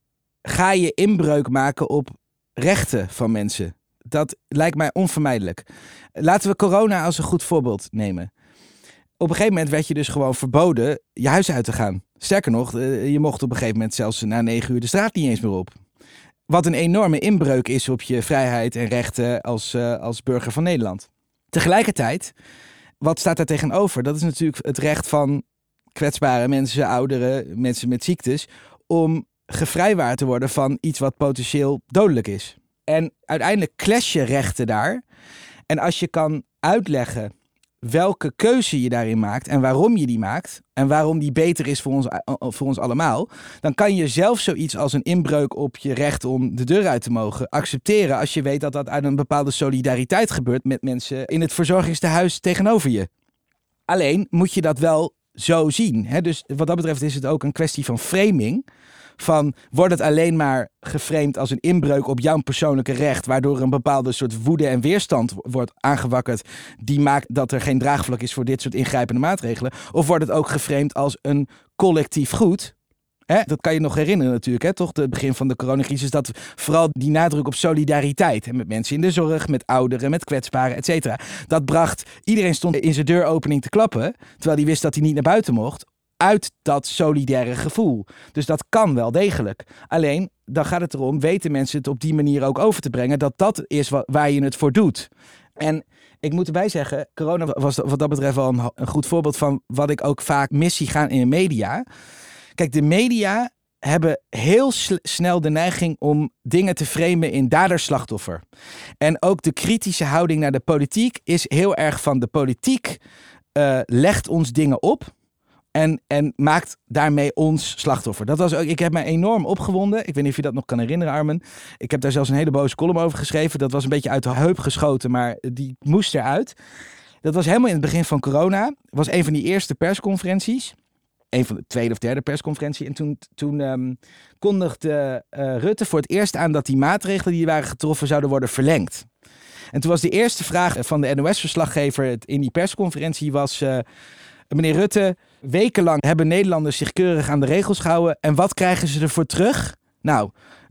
ga je inbreuk maken op rechten van mensen. Dat lijkt mij onvermijdelijk. Laten we corona als een goed voorbeeld nemen. Op een gegeven moment werd je dus gewoon verboden je huis uit te gaan. Sterker nog, je mocht op een gegeven moment zelfs na 9 uur de straat niet eens meer op. Wat een enorme inbreuk is op je vrijheid en rechten als burger van Nederland. Tegelijkertijd, wat staat daar tegenover? Dat is natuurlijk het recht van kwetsbare mensen, ouderen, mensen met ziektes, om gevrijwaard te worden van iets wat potentieel dodelijk is. En uiteindelijk clash je rechten daar. En als je kan uitleggen welke keuze je daarin maakt en waarom je die maakt en waarom die beter is voor ons allemaal, dan kan je zelf zoiets als een inbreuk op je recht om de deur uit te mogen accepteren als je weet dat dat uit een bepaalde solidariteit gebeurt met mensen in het verzorgingstehuis tegenover je. Alleen moet je dat wel zo zien. Hè? Dus wat dat betreft is het ook een kwestie van framing. Van, wordt het alleen maar geframed als een inbreuk op jouw persoonlijke recht, waardoor een bepaalde soort woede en weerstand wordt aangewakkerd, die maakt dat er geen draagvlak is voor dit soort ingrijpende maatregelen? Of wordt het ook geframed als een collectief goed? Dat kan je nog herinneren natuurlijk, toch? Het begin van de coronacrisis, dat vooral die nadruk op solidariteit. Met mensen in de zorg, met ouderen, met kwetsbaren, et cetera. Dat bracht, iedereen stond in zijn deuropening te klappen, terwijl hij wist dat hij niet naar buiten mocht, uit dat solidaire gevoel. Dus dat kan wel degelijk. Alleen, dan gaat het erom, weten mensen het op die manier ook over te brengen, dat is waar je het voor doet. En ik moet erbij zeggen, corona was wat dat betreft wel een goed voorbeeld van wat ik ook vaak mis zie gaan in de media. Kijk, de media hebben heel snel de neiging om dingen te framen in dader-slachtoffer. En ook de kritische houding naar de politiek is heel erg van de politiek legt ons dingen op en maakt daarmee ons slachtoffer. Dat was ook, ik heb me enorm opgewonden. Ik weet niet of je dat nog kan herinneren, Armen. Ik heb daar zelfs een hele boze column over geschreven. Dat was een beetje uit de heup geschoten, maar die moest eruit. Dat was helemaal in het begin van corona. Dat was een van die eerste persconferenties. Een van de tweede of derde persconferentie. En toen kondigde Rutte voor het eerst aan dat die maatregelen die waren getroffen zouden worden verlengd. En toen was de eerste vraag van de NOS-verslaggever in die persconferentie was, meneer Rutte, wekenlang hebben Nederlanders zich keurig aan de regels gehouden. En wat krijgen ze ervoor terug? Nou,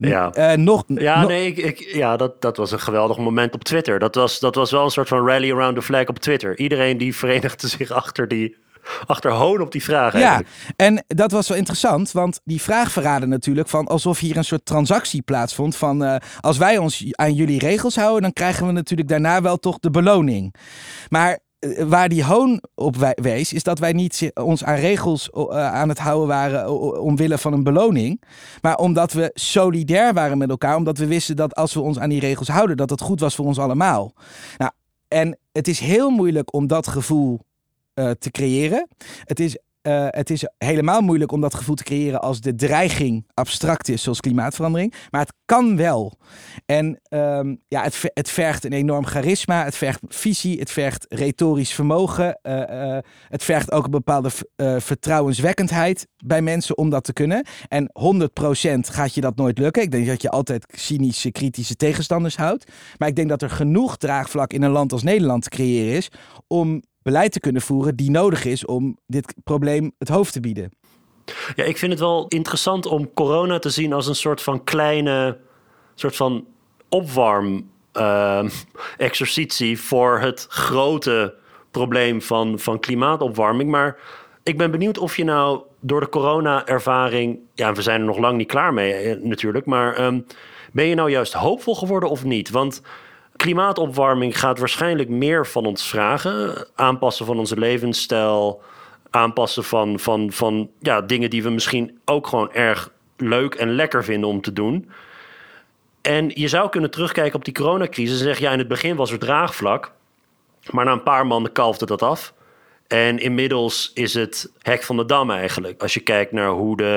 dat was een geweldig moment op Twitter. Dat was wel een soort van rally around the flag op Twitter. Iedereen die verenigde zich achter hoon op die vraag eigenlijk. Ja, en dat was wel interessant, want die vraag verraadde natuurlijk van alsof hier een soort transactie plaatsvond van als wij ons aan jullie regels houden, dan krijgen we natuurlijk daarna wel toch de beloning. Maar waar die hoon op wees, is dat wij niet ons aan regels aan het houden waren omwille van een beloning, maar omdat we solidair waren met elkaar, omdat we wisten dat als we ons aan die regels houden, dat het goed was voor ons allemaal. Nou, en het is heel moeilijk om dat gevoel te creëren. Het is helemaal moeilijk om dat gevoel te creëren als de dreiging abstract is, zoals klimaatverandering. Maar het kan wel. En het vergt een enorm charisma, het vergt visie, het vergt retorisch vermogen. Het vergt ook een bepaalde vertrouwenswekkendheid bij mensen om dat te kunnen. En 100% gaat je dat nooit lukken. Ik denk dat je altijd cynische, kritische tegenstanders houdt. Maar ik denk dat er genoeg draagvlak in een land als Nederland te creëren is om beleid te kunnen voeren die nodig is om dit probleem het hoofd te bieden. Ja, ik vind het wel interessant om corona te zien als een soort van kleine, soort van opwarm exercitie voor het grote probleem van klimaatopwarming. Maar ik ben benieuwd of je nou door de corona-ervaring... Ja, we zijn er nog lang niet klaar mee natuurlijk, maar ben je nou juist hoopvol geworden of niet? Want klimaatopwarming gaat waarschijnlijk meer van ons vragen. Aanpassen van onze levensstijl, aanpassen van dingen die we misschien ook gewoon erg leuk en lekker vinden om te doen. En je zou kunnen terugkijken op die coronacrisis en zeggen... ja, in het begin was er draagvlak, maar na een paar maanden kalfde dat af. En inmiddels is het hek van de dam eigenlijk. Als je kijkt naar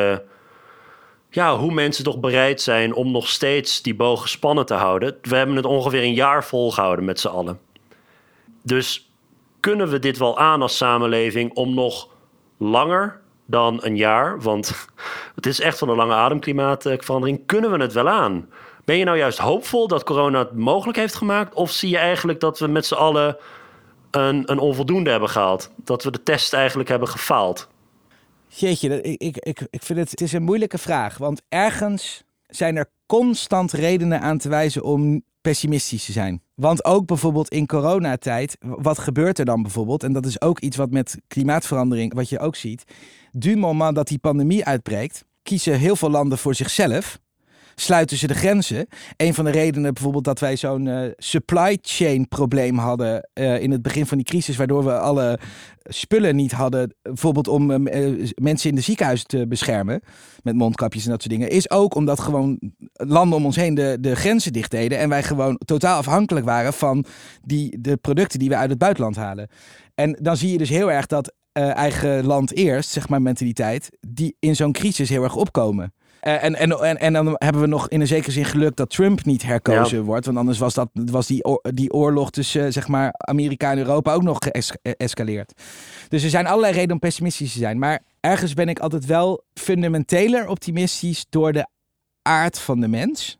hoe mensen toch bereid zijn om nog steeds die boog gespannen te houden. We hebben het ongeveer een jaar volgehouden met z'n allen. Dus kunnen we dit wel aan als samenleving om nog langer dan een jaar... want het is echt van een lange adem klimaatverandering... kunnen we het wel aan? Ben je nou juist hoopvol dat corona het mogelijk heeft gemaakt? Of zie je eigenlijk dat we met z'n allen een onvoldoende hebben gehaald? Dat we de test eigenlijk hebben gefaald? Jeetje, ik vind het is een moeilijke vraag. Want ergens zijn er constant redenen aan te wijzen om pessimistisch te zijn. Want ook bijvoorbeeld in coronatijd, wat gebeurt er dan bijvoorbeeld? En dat is ook iets wat met klimaatverandering, wat je ook ziet. Du moment dat die pandemie uitbreekt, kiezen heel veel landen voor zichzelf. Sluiten ze de grenzen. Een van de redenen bijvoorbeeld dat wij zo'n supply chain probleem hadden in het begin van die crisis, waardoor we alle spullen niet hadden, bijvoorbeeld om mensen in de ziekenhuizen te beschermen, met mondkapjes en dat soort dingen, is ook omdat gewoon landen om ons heen de grenzen dicht deden en wij gewoon totaal afhankelijk waren van de producten die we uit het buitenland halen. En dan zie je dus heel erg dat eigen land eerst, zeg maar, mentaliteit, die in zo'n crisis heel erg opkomen. En dan hebben we nog in een zekere zin geluk dat Trump niet herkozen wordt. Want anders was die oorlog tussen zeg maar Amerika en Europa ook nog geëscaleerd. Dus er zijn allerlei redenen om pessimistisch te zijn. Maar ergens ben ik altijd wel fundamenteler optimistisch door de aard van de mens.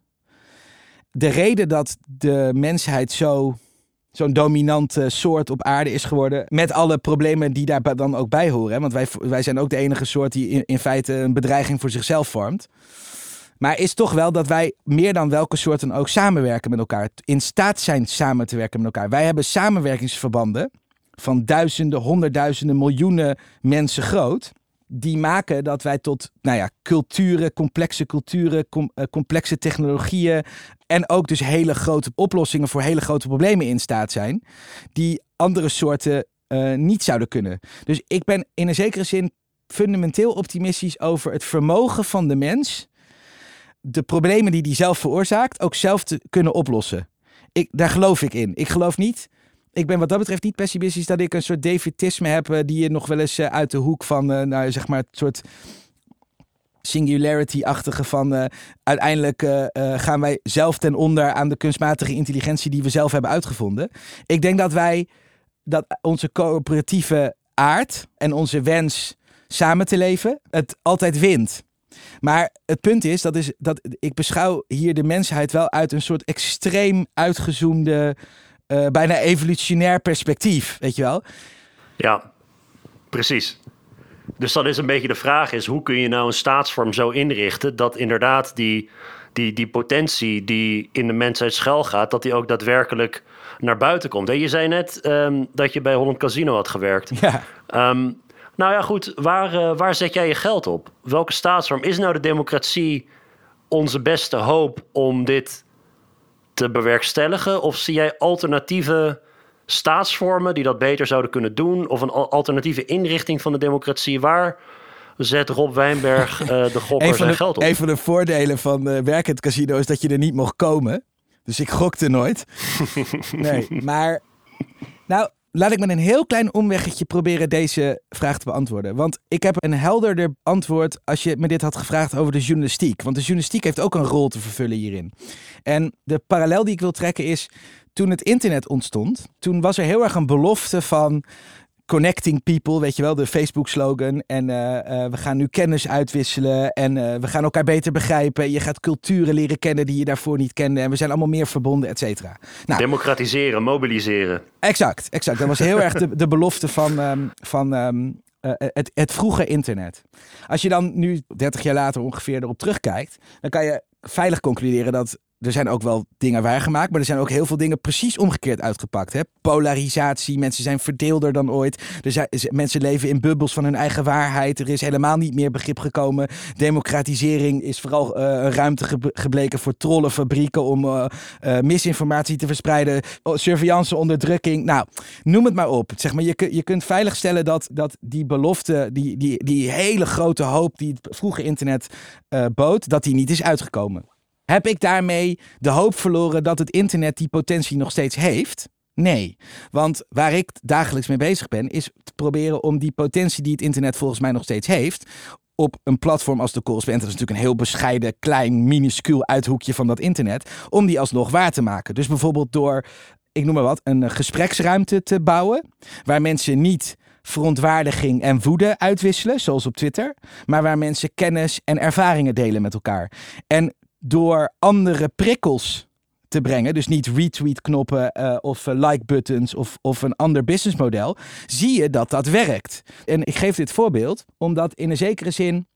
De reden dat de mensheid zo'n dominante soort op aarde is geworden, met alle problemen die daar dan ook bij horen. Hè? Want wij zijn ook de enige soort die in feite een bedreiging voor zichzelf vormt. Maar is toch wel dat wij meer dan welke soort dan ook samenwerken met elkaar. In staat zijn samen te werken met elkaar. Wij hebben samenwerkingsverbanden van duizenden, honderdduizenden, miljoenen mensen groot. Die maken dat wij tot culturen, complexe technologieën en ook dus hele grote oplossingen voor hele grote problemen in staat zijn, die andere soorten niet zouden kunnen. Dus ik ben in een zekere zin fundamenteel optimistisch over het vermogen van de mens de problemen die hij zelf veroorzaakt ook zelf te kunnen oplossen. Daar geloof ik in. Ik geloof niet. Ik ben wat dat betreft niet pessimistisch dat ik een soort defetisme heb die je nog wel eens uit de hoek van zeg maar het soort singularity-achtige van uiteindelijk gaan wij zelf ten onder aan de kunstmatige intelligentie die we zelf hebben uitgevonden. Ik denk dat onze coöperatieve aard en onze wens samen te leven het altijd wint. Maar het punt is dat ik beschouw hier de mensheid wel uit een soort extreem uitgezoomde bijna evolutionair perspectief, weet je wel? Ja, precies. Dus dan is een beetje de vraag hoe kun je nou een staatsvorm zo inrichten dat inderdaad die potentie die in de mensheid schuilgaat, dat die ook daadwerkelijk naar buiten komt. En je zei net dat je bij Holland Casino had gewerkt. Ja. Nou ja, goed, waar zet jij je geld op? Welke staatsvorm? Is nou de democratie onze beste hoop om dit te bewerkstelligen? Of zie jij alternatieve staatsvormen die dat beter zouden kunnen doen? Of een alternatieve inrichting van de democratie? Waar zet Rob Wijnberg de gokker zijn geld op? Een van de voordelen van werkend casino is dat je er niet mocht komen. Dus ik gokte nooit. Nee, maar nou, laat ik met een heel klein omweggetje proberen deze vraag te beantwoorden. Want ik heb een helderder antwoord als je me dit had gevraagd over de journalistiek. Want de journalistiek heeft ook een rol te vervullen hierin. En de parallel die ik wil trekken is, toen het internet ontstond, toen was er heel erg een belofte van connecting people, weet je wel, de Facebook-slogan. En we gaan nu kennis uitwisselen en we gaan elkaar beter begrijpen. Je gaat culturen leren kennen die je daarvoor niet kende. En we zijn allemaal meer verbonden, et cetera. Nou, democratiseren, mobiliseren. Exact. Dat was heel erg de belofte van het vroege internet. Als je dan nu 30 jaar later ongeveer erop terugkijkt, dan kan je veilig concluderen dat Er zijn ook wel dingen waargemaakt, maar er zijn ook heel veel dingen precies omgekeerd uitgepakt. Hè? Polarisatie, mensen zijn verdeelder dan ooit. Mensen leven in bubbels van hun eigen waarheid. Er is helemaal niet meer begrip gekomen. Democratisering is vooral een ruimte gebleken voor trollenfabrieken om misinformatie te verspreiden. Surveillance, onderdrukking. Nou, noem het maar op. Zeg maar, je kunt veiligstellen dat die belofte, die hele grote hoop die het vroege internet bood, dat die niet is uitgekomen. Heb ik daarmee de hoop verloren dat het internet die potentie nog steeds heeft? Nee, want waar ik dagelijks mee bezig ben, is te proberen om die potentie die het internet volgens mij nog steeds heeft, op een platform als de Correspondent, dat is natuurlijk een heel bescheiden, klein, minuscuul uithoekje van dat internet, om die alsnog waar te maken. Dus bijvoorbeeld door, ik noem maar wat, een gespreksruimte te bouwen, waar mensen niet verontwaardiging en woede uitwisselen, zoals op Twitter, maar waar mensen kennis en ervaringen delen met elkaar. En door andere prikkels te brengen, dus niet retweet-knoppen of like-buttons of een ander businessmodel, zie je dat dat werkt. En ik geef dit voorbeeld, omdat in een zekere zin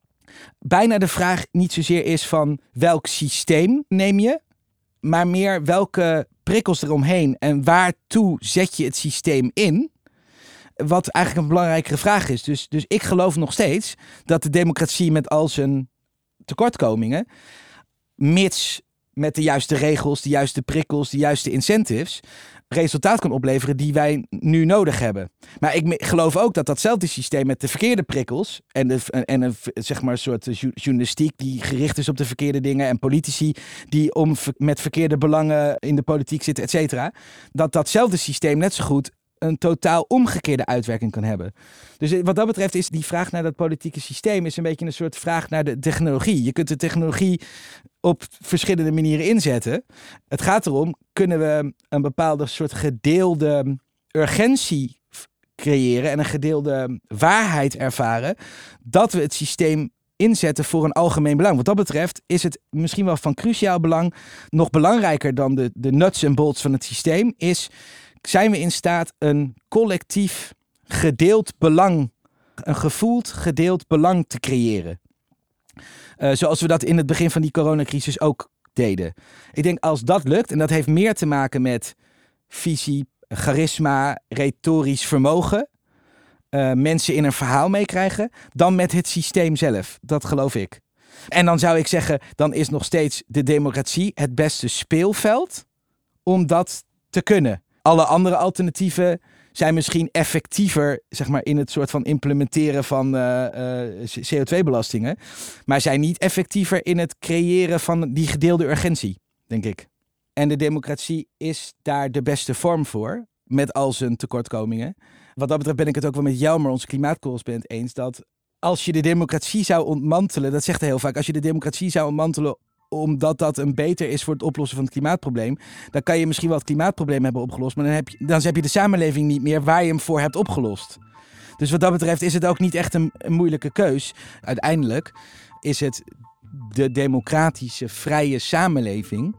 bijna de vraag niet zozeer is van welk systeem neem je, maar meer welke prikkels eromheen en waartoe zet je het systeem in, wat eigenlijk een belangrijkere vraag is. Dus ik geloof nog steeds dat de democratie met al zijn tekortkomingen, mits met de juiste regels, de juiste prikkels, de juiste incentives, resultaat kan opleveren die wij nu nodig hebben. Maar ik geloof ook dat datzelfde systeem met de verkeerde prikkels en een zeg maar soort journalistiek die gericht is op de verkeerde dingen en politici die met verkeerde belangen in de politiek zitten, et cetera, datzelfde systeem net zo goed een totaal omgekeerde uitwerking kan hebben. Dus wat dat betreft is die vraag naar dat politieke systeem is een beetje een soort vraag naar de technologie. Je kunt de technologie op verschillende manieren inzetten. Het gaat erom, kunnen we een bepaalde soort gedeelde urgentie creëren en een gedeelde waarheid ervaren dat we het systeem inzetten voor een algemeen belang. Wat dat betreft is het misschien wel van cruciaal belang, nog belangrijker dan de nuts en bolts van het systeem, zijn we in staat een collectief gedeeld belang, een gevoeld gedeeld belang te creëren. Zoals we dat in het begin van die coronacrisis ook deden. Ik denk als dat lukt, en dat heeft meer te maken met visie, charisma, retorisch vermogen, mensen in een verhaal meekrijgen, dan met het systeem zelf. Dat geloof ik. En dan zou ik zeggen, dan is nog steeds de democratie het beste speelveld om dat te kunnen. Alle andere alternatieven zijn misschien effectiever, zeg maar, in het soort van implementeren van CO2-belastingen, maar zijn niet effectiever in het creëren van die gedeelde urgentie, denk ik. En de democratie is daar de beste vorm voor, met al zijn tekortkomingen. Wat dat betreft ben ik het ook wel met Jelmer, onze klimaatcorrespondent, eens dat als je de democratie zou ontmantelen, dat zegt hij heel vaak, als je de democratie zou ontmantelen omdat dat een beter is voor het oplossen van het klimaatprobleem, dan kan je misschien wel het klimaatprobleem hebben opgelost, maar dan heb je de samenleving niet meer waar je hem voor hebt opgelost. Dus wat dat betreft is het ook niet echt een moeilijke keus. Uiteindelijk is het de democratische, vrije samenleving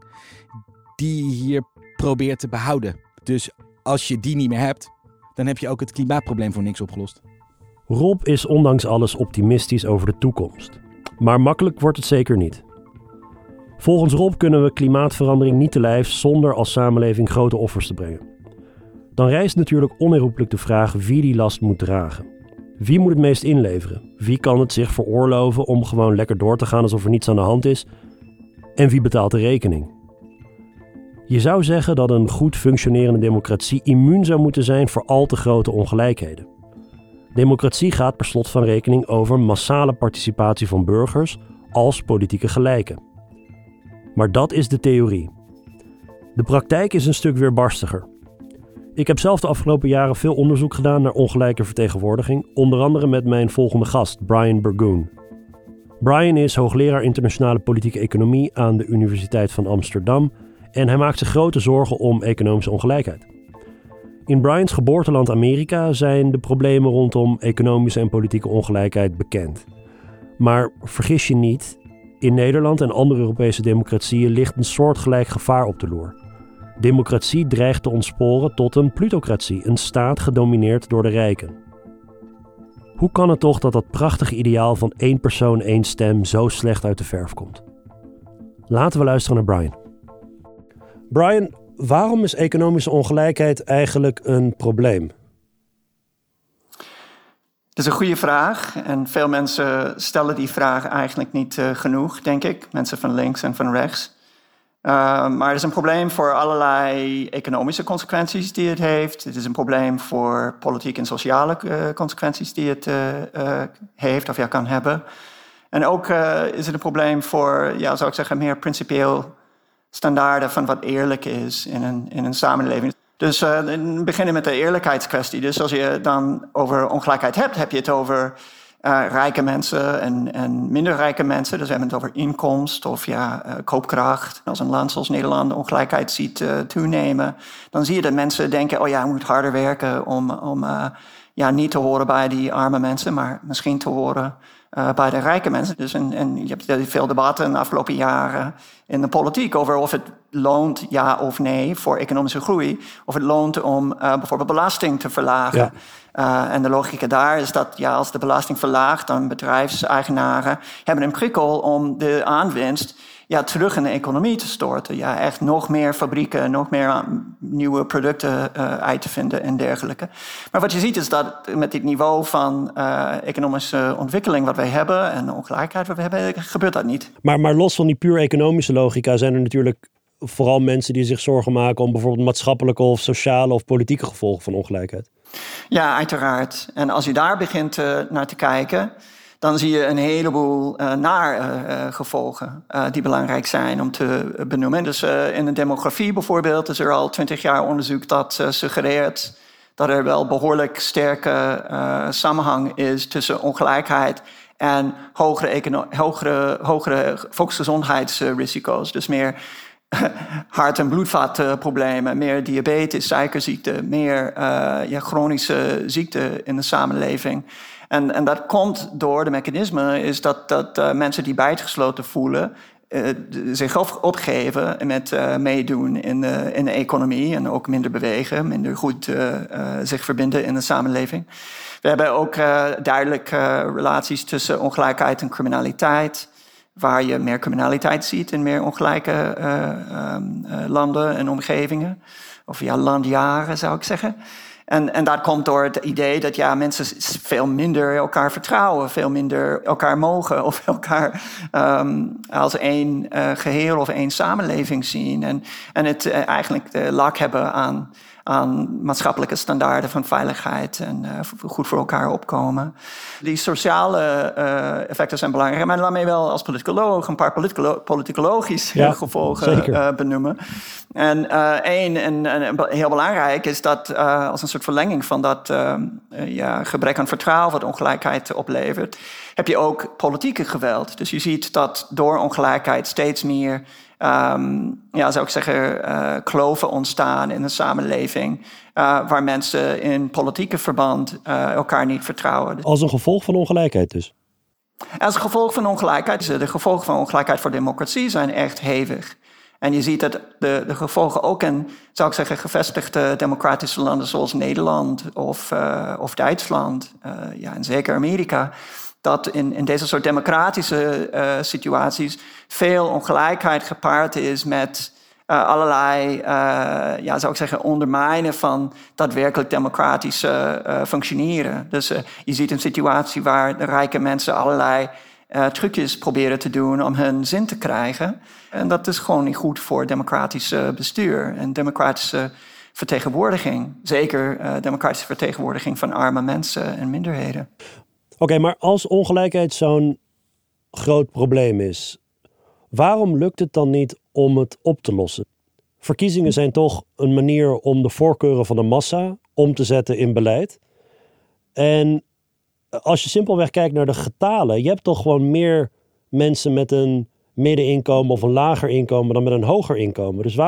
die je hier probeert te behouden. Dus als je die niet meer hebt, dan heb je ook het klimaatprobleem voor niks opgelost. Rob is ondanks alles optimistisch over de toekomst. Maar makkelijk wordt het zeker niet. Volgens Rob kunnen we klimaatverandering niet te lijf zonder als samenleving grote offers te brengen. Dan rijst natuurlijk onherroepelijk de vraag wie die last moet dragen. Wie moet het meest inleveren? Wie kan het zich veroorloven om gewoon lekker door te gaan alsof er niets aan de hand is? En wie betaalt de rekening? Je zou zeggen dat een goed functionerende democratie immuun zou moeten zijn voor al te grote ongelijkheden. Democratie gaat per slot van rekening over massale participatie van burgers als politieke gelijken. Maar dat is de theorie. De praktijk is een stuk weerbarstiger. Ik heb zelf de afgelopen jaren veel onderzoek gedaan naar ongelijke vertegenwoordiging, onder andere met mijn volgende gast, Brian Burgoon. Brian is hoogleraar internationale politieke economie aan de Universiteit van Amsterdam en hij maakt zich grote zorgen om economische ongelijkheid. In Brian's geboorteland Amerika zijn de problemen rondom economische en politieke ongelijkheid bekend. Maar vergis je niet, in Nederland en andere Europese democratieën ligt een soortgelijk gevaar op de loer. Democratie dreigt te ontsporen tot een plutocratie, een staat gedomineerd door de rijken. Hoe kan het toch dat dat prachtige ideaal van één persoon, één stem zo slecht uit de verf komt? Laten we luisteren naar Brian. Brian, waarom is economische ongelijkheid eigenlijk een probleem? Dat is een goede vraag en veel mensen stellen die vraag eigenlijk niet genoeg, denk ik. Mensen van links en van rechts. Maar het is een probleem voor allerlei economische consequenties die het heeft. Het is een probleem voor politieke en sociale consequenties die het heeft of kan hebben. En ook is het een probleem voor, zou ik zeggen, meer principieel standaarden van wat eerlijk is in een samenleving. Dus we beginnen met de eerlijkheidskwestie. Dus als je dan over ongelijkheid hebt, heb je het over rijke mensen en minder rijke mensen. Dus we hebben het over inkomst of koopkracht. Als een land zoals Nederland de ongelijkheid ziet toenemen, dan zie je dat mensen denken, je moet harder werken om niet te horen bij die arme mensen, maar misschien te horen bij de rijke mensen. Dus en je hebt veel debatten de afgelopen jaren in de politiek over of het loont, ja of nee, voor economische groei. Of het loont om bijvoorbeeld belasting te verlagen. Ja. En de logica daar is dat als de belasting verlaagt, dan bedrijfseigenaren hebben een prikkel om de aanwinst terug in de economie te storten. Echt nog meer fabrieken, nog meer nieuwe producten uit te vinden en dergelijke. Maar wat je ziet is dat met dit niveau van economische ontwikkeling wat wij hebben en de ongelijkheid wat we hebben, gebeurt dat niet. Maar los van die puur economische logica zijn er natuurlijk vooral mensen die zich zorgen maken om bijvoorbeeld maatschappelijke of sociale of politieke gevolgen van ongelijkheid. Ja, uiteraard. En als je daar begint naar te kijken, dan zie je een heleboel gevolgen die belangrijk zijn om te benoemen. Dus in de demografie bijvoorbeeld is er al 20 jaar onderzoek dat suggereert dat er wel behoorlijk sterke samenhang is tussen ongelijkheid en hogere volksgezondheidsrisico's. Dus meer hart- en bloedvatproblemen, meer diabetes, suikerziekte, meer chronische ziekten in de samenleving. En dat komt door de mechanisme is dat mensen die buitengesloten voelen zich opgeven met meedoen in de economie en ook minder bewegen, minder goed zich verbinden in de samenleving. We hebben ook duidelijk relaties tussen ongelijkheid en criminaliteit, waar je meer criminaliteit ziet in meer ongelijke landen en omgevingen. Of landjaren zou ik zeggen. En dat komt door het idee dat mensen veel minder elkaar vertrouwen, veel minder elkaar mogen of elkaar als één geheel of één samenleving zien. En het eigenlijk de lak hebben aan maatschappelijke standaarden van veiligheid en goed voor elkaar opkomen. Die sociale effecten zijn belangrijk, maar laat mij wel als politicoloog een paar politicologische gevolgen benoemen. En heel belangrijk is dat als een soort verlenging van dat gebrek aan vertrouwen wat ongelijkheid oplevert, heb je ook politieke geweld. Dus je ziet dat door ongelijkheid steeds meer zou ik zeggen, kloven ontstaan in de samenleving, waar mensen in politieke verband elkaar niet vertrouwen. Als een gevolg van ongelijkheid dus? Als gevolg van ongelijkheid. De gevolgen van ongelijkheid voor democratie zijn echt hevig. En je ziet dat de gevolgen ook in, zou ik zeggen, gevestigde democratische landen zoals Nederland of Duitsland, en zeker Amerika, dat in deze soort democratische situaties veel ongelijkheid gepaard is met allerlei, zou ik zeggen, ondermijnen van daadwerkelijk democratische functioneren. Dus je ziet een situatie waar de rijke mensen allerlei trucjes proberen te doen om hun zin te krijgen. En dat is gewoon niet goed voor democratisch bestuur en democratische vertegenwoordiging. Zeker democratische vertegenwoordiging van arme mensen en minderheden. Oké, maar als ongelijkheid zo'n groot probleem is, waarom lukt het dan niet om het op te lossen? Verkiezingen zijn toch een manier om de voorkeuren van de massa om te zetten in beleid. En als je simpelweg kijkt naar de getalen, je hebt toch gewoon meer mensen met een middeninkomen of een lager inkomen dan met een hoger inkomen. Dus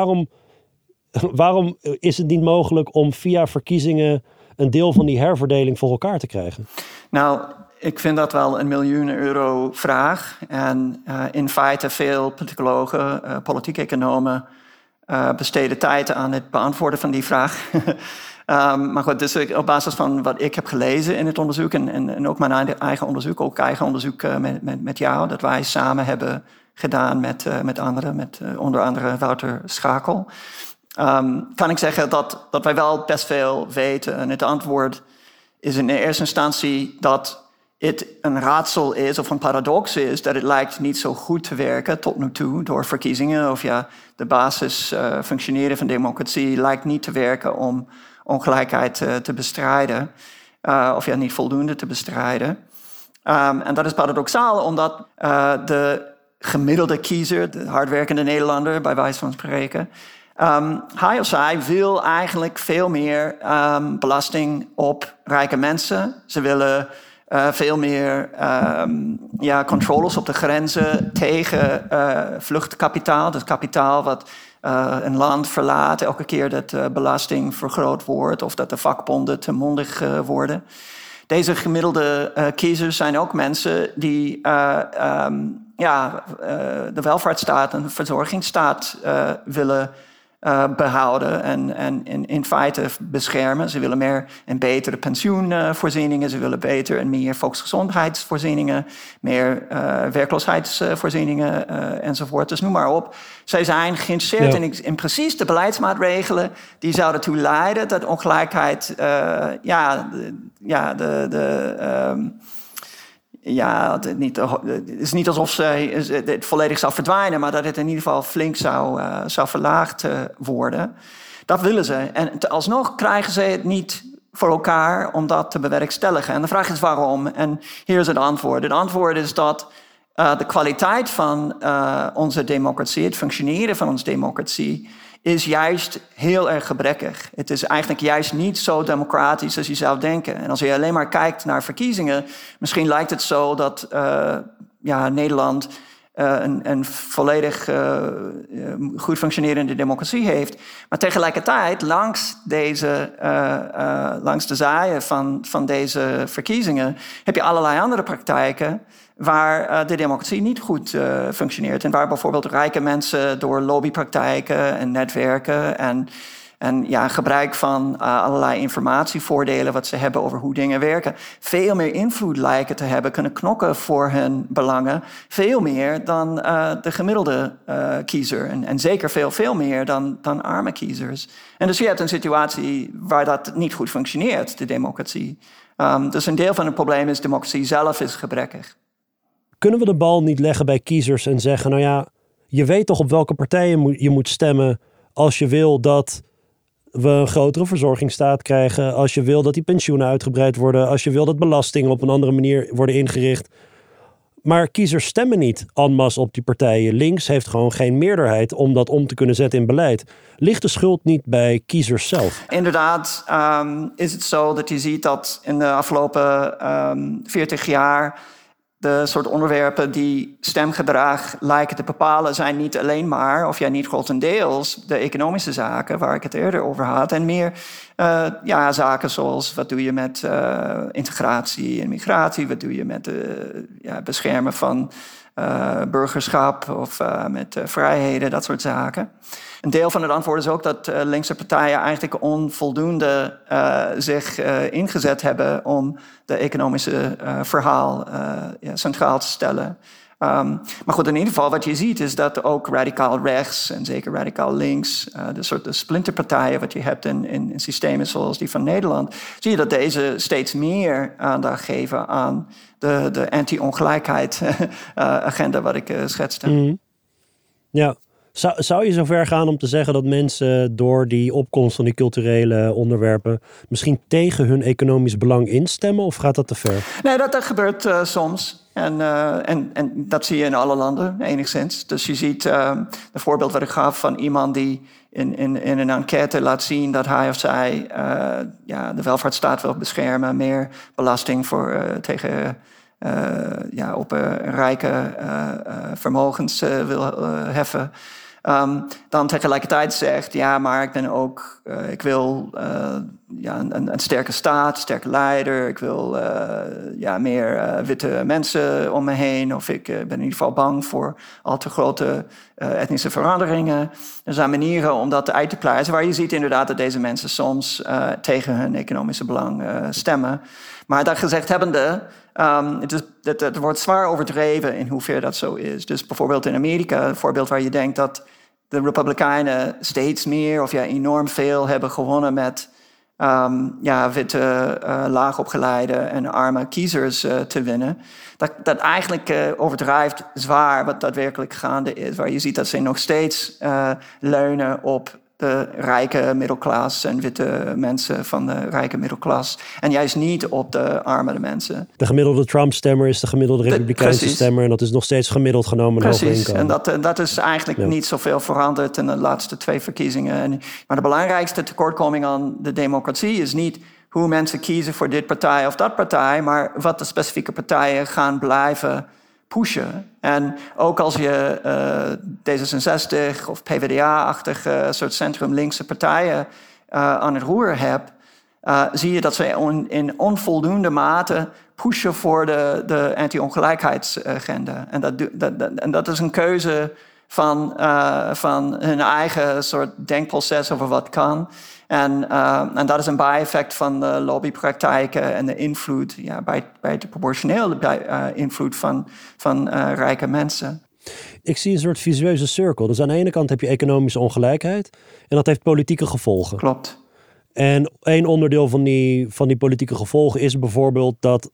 waarom is het niet mogelijk om via verkiezingen een deel van die herverdeling voor elkaar te krijgen? Nou, ik vind dat wel een miljoenen-euro vraag. En in feite veel politicologen, politieke economen besteden tijd aan het beantwoorden van die vraag. Maar goed, dus op basis van wat ik heb gelezen in het onderzoek en ook mijn eigen onderzoek, met jou, dat wij samen hebben gedaan met anderen, onder andere Wouter Schakel, kan ik zeggen dat wij wel best veel weten. En het antwoord is in eerste instantie dat het een raadsel is of een paradox is dat het lijkt niet zo goed te werken tot nu toe door verkiezingen. Of de basis functioneren van democratie lijkt niet te werken om ongelijkheid te bestrijden. Of niet voldoende te bestrijden. En dat is paradoxaal omdat de gemiddelde kiezer, de hardwerkende Nederlander bij wijze van spreken, hij of zij wil eigenlijk veel meer belasting op rijke mensen. Ze willen veel meer controles op de grenzen tegen vluchtkapitaal. Dus kapitaal wat een land verlaat elke keer dat de belasting vergroot wordt of dat de vakbonden te mondig worden. Deze gemiddelde kiezers zijn ook mensen die de welvaartsstaat en de verzorgingsstaat willen behouden en in feite beschermen. Ze willen meer en betere pensioenvoorzieningen, ze willen beter en meer volksgezondheidsvoorzieningen, meer werkloosheidsvoorzieningen enzovoort. Dus noem maar op. Zij zijn geïnteresseerd in precies de beleidsmaatregelen die zouden toe leiden dat ongelijkheid het is niet alsof het volledig zou verdwijnen, maar dat het in ieder geval flink zou verlaagd worden. Dat willen ze. En alsnog krijgen ze het niet voor elkaar om dat te bewerkstelligen. En de vraag is waarom. En hier is het antwoord. Het antwoord is dat de kwaliteit van onze democratie, het functioneren van onze democratie, is juist heel erg gebrekkig. Het is eigenlijk juist niet zo democratisch als je zou denken. En als je alleen maar kijkt naar verkiezingen, misschien lijkt het zo dat Nederland een volledig goed functionerende democratie heeft. Maar tegelijkertijd, langs de zaaien van deze verkiezingen, heb je allerlei andere praktijken waar de democratie niet goed functioneert. En waar bijvoorbeeld rijke mensen door lobbypraktijken en netwerken en gebruik van allerlei informatievoordelen wat ze hebben over hoe dingen werken, veel meer invloed lijken te hebben, kunnen knokken voor hun belangen, veel meer dan de gemiddelde kiezer. En zeker veel meer dan arme kiezers. En dus je hebt een situatie waar dat niet goed functioneert, de democratie. Dus een deel van het probleem is, democratie zelf is gebrekkig. Kunnen we de bal niet leggen bij kiezers en zeggen, je weet toch op welke partijen je moet stemmen als je wil dat we een grotere verzorgingsstaat krijgen, als je wil dat die pensioenen uitgebreid worden, als je wil dat belastingen op een andere manier worden ingericht. Maar kiezers stemmen niet en masse op die partijen. Links heeft gewoon geen meerderheid om dat om te kunnen zetten in beleid. Ligt de schuld niet bij kiezers zelf? Inderdaad is het zo dat je ziet dat in de afgelopen 40 jaar de soort onderwerpen die stemgedrag lijken te bepalen zijn niet alleen maar, niet grotendeels, de economische zaken waar ik het eerder over had. En meer zaken zoals wat doe je met integratie en migratie, wat doe je met beschermen van burgerschap of met vrijheden, dat soort zaken. Een deel van het antwoord is ook dat linkse partijen eigenlijk onvoldoende zich ingezet hebben om de economische verhaal centraal te stellen. Maar goed, in ieder geval wat je ziet is dat ook radicaal rechts en zeker radicaal links, de soort splinterpartijen wat je hebt in systemen zoals die van Nederland, zie je dat deze steeds meer aandacht geven aan de anti-ongelijkheid agenda wat ik schetste. Mm. Ja. Zou je zover gaan om te zeggen dat mensen door die opkomst van die culturele onderwerpen misschien tegen hun economisch belang instemmen, of gaat dat te ver? Nee, dat gebeurt soms. En dat zie je in alle landen, enigszins. Dus je ziet een voorbeeld wat ik gaf van iemand die in een enquête laat zien dat hij of zij de welvaartsstaat wil beschermen, meer belasting tegen op rijke vermogens wil heffen. dan tegelijkertijd zegt, ja, maar ik ben ook, ik wil een sterke staat, sterke leider, ik wil meer witte mensen om me heen, of ik ben in ieder geval bang voor al te grote etnische veranderingen. Er zijn manieren om dat uit te pluizen, waar je ziet inderdaad dat deze mensen soms tegen hun economische belang stemmen. Maar dat gezegd hebbende, het wordt zwaar overdreven in hoeverre dat zo is. Dus bijvoorbeeld in Amerika, een voorbeeld waar je denkt dat de Republikeinen steeds meer of enorm veel hebben gewonnen met witte, laagopgeleide en arme kiezers te winnen. Dat eigenlijk overdrijft zwaar wat daadwerkelijk gaande is. Waar je ziet dat ze nog steeds leunen op de rijke middelklas en witte mensen van de rijke middelklas. En juist niet op de armere mensen. De gemiddelde Trump-stemmer is de gemiddelde Republikeinse stemmer. En dat is nog steeds gemiddeld genomen. Precies, en dat is eigenlijk niet zoveel veranderd in de laatste 2 verkiezingen. Maar de belangrijkste tekortkoming aan de democratie is niet hoe mensen kiezen voor dit partij of dat partij, maar wat de specifieke partijen gaan blijven pushen. En ook als je D66 of PvdA-achtige soort centrum-linkse partijen aan het roer hebt, zie je dat ze in onvoldoende mate pushen voor de anti-ongelijkheidsagenda. En dat is een keuze van hun eigen soort denkproces over wat kan. En dat is een bijeffect van de lobbypraktijken en de invloed, bij de proportionele invloed van rijke mensen. Ik zie een soort visueuze cirkel. Dus aan de ene kant heb je economische ongelijkheid en dat heeft politieke gevolgen. Klopt. En één onderdeel van die politieke gevolgen is bijvoorbeeld dat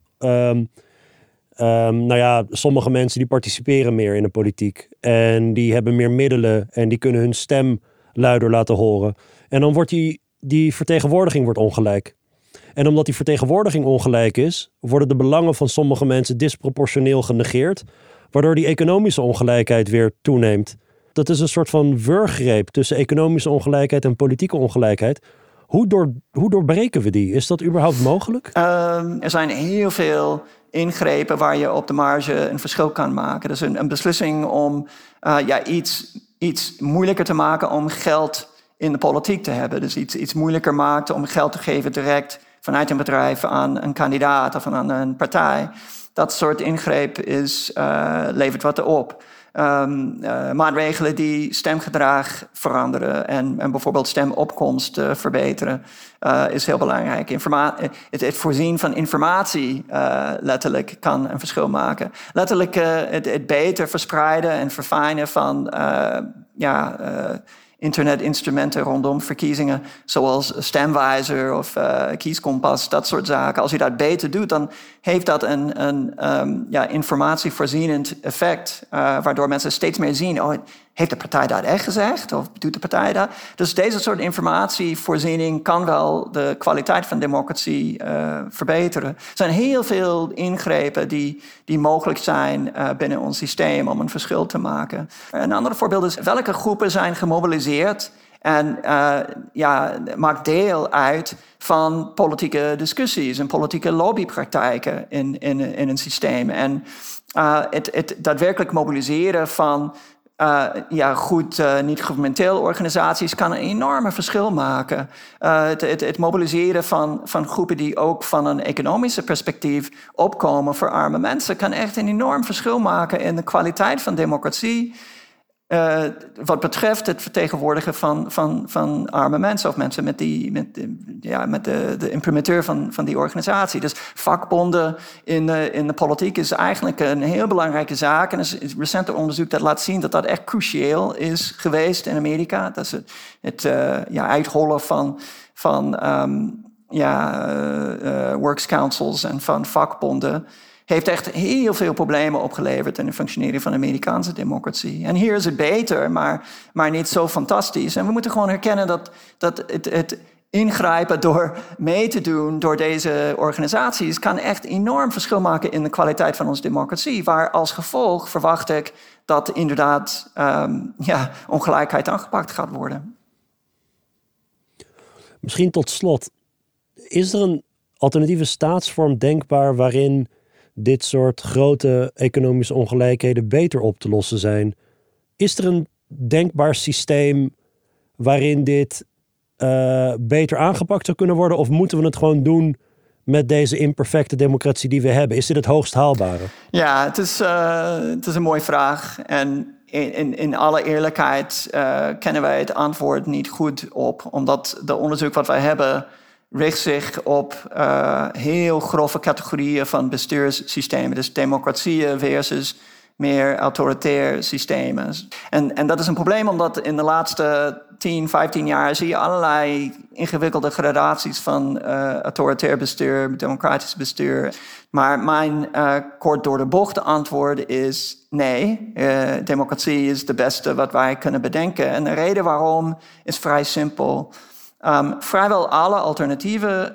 sommige mensen die participeren meer in de politiek en die hebben meer middelen en die kunnen hun stem luider laten horen. En dan wordt die vertegenwoordiging wordt ongelijk. En omdat die vertegenwoordiging ongelijk is, worden de belangen van sommige mensen disproportioneel genegeerd, waardoor die economische ongelijkheid weer toeneemt. Dat is een soort van wurggreep tussen economische ongelijkheid en politieke ongelijkheid. Hoe doorbreken we die? Is dat überhaupt mogelijk? Er zijn heel veel ingrepen waar je op de marge een verschil kan maken. Dus een beslissing om iets moeilijker te maken om geld in de politiek te hebben. Dus iets moeilijker maakt om geld te geven direct vanuit een bedrijf aan een kandidaat of aan een partij. Dat soort ingreep levert wat op. Maatregelen die stemgedrag veranderen en bijvoorbeeld stemopkomst verbeteren is heel belangrijk. Het voorzien van informatie letterlijk kan een verschil maken. Letterlijk het beter verspreiden en verfijnen van internetinstrumenten rondom verkiezingen, zoals Stemwijzer of Kieskompas, dat soort zaken. Als je dat beter doet, dan heeft dat een informatievoorzienend effect, waardoor mensen steeds meer zien, heeft de partij dat echt gezegd? Of doet de partij dat? Dus deze soort informatievoorziening kan wel de kwaliteit van democratie verbeteren. Er zijn heel veel ingrepen die mogelijk zijn binnen ons systeem om een verschil te maken. Een ander voorbeeld is welke groepen zijn gemobiliseerd en maakt deel uit van politieke discussies en politieke lobbypraktijken in een systeem. En het daadwerkelijk mobiliseren van niet-gouvernementele organisaties kan een enorme verschil maken. Het mobiliseren van groepen die ook van een economische perspectief opkomen voor arme mensen kan echt een enorm verschil maken in de kwaliteit van democratie. Wat betreft het vertegenwoordigen van arme mensen of mensen met de imprimateur van die organisatie. Dus vakbonden in de politiek is eigenlijk een heel belangrijke zaak. En er is recent onderzoek dat laat zien dat dat echt cruciaal is geweest in Amerika. Dat is het uithollen van works councils en van vakbonden heeft echt heel veel problemen opgeleverd in de functionering van de Amerikaanse democratie. En hier is het beter, maar niet zo fantastisch. En we moeten gewoon herkennen dat het ingrijpen door mee te doen door deze organisaties kan echt enorm verschil maken in de kwaliteit van onze democratie. Waar als gevolg verwacht ik dat inderdaad ongelijkheid aangepakt gaat worden. Misschien tot slot, is er een alternatieve staatsvorm denkbaar waarin dit soort grote economische ongelijkheden beter op te lossen zijn? Is er een denkbaar systeem waarin dit beter aangepakt zou kunnen worden? Of moeten we het gewoon doen met deze imperfecte democratie die we hebben? Is dit het hoogst haalbare? Ja, het is een mooie vraag. En in alle eerlijkheid kennen wij het antwoord niet goed op. Omdat de onderzoek wat wij hebben richt zich op heel grove categorieën van bestuurssystemen. Dus democratieën versus meer autoritair systemen. En dat is een probleem omdat in de laatste 10, 15 jaar zie je allerlei ingewikkelde gradaties van autoritair bestuur, democratisch bestuur. Maar mijn kort door de bocht antwoord is nee. Democratie is de beste wat wij kunnen bedenken. En de reden waarom is vrij simpel. Vrijwel alle alternatieven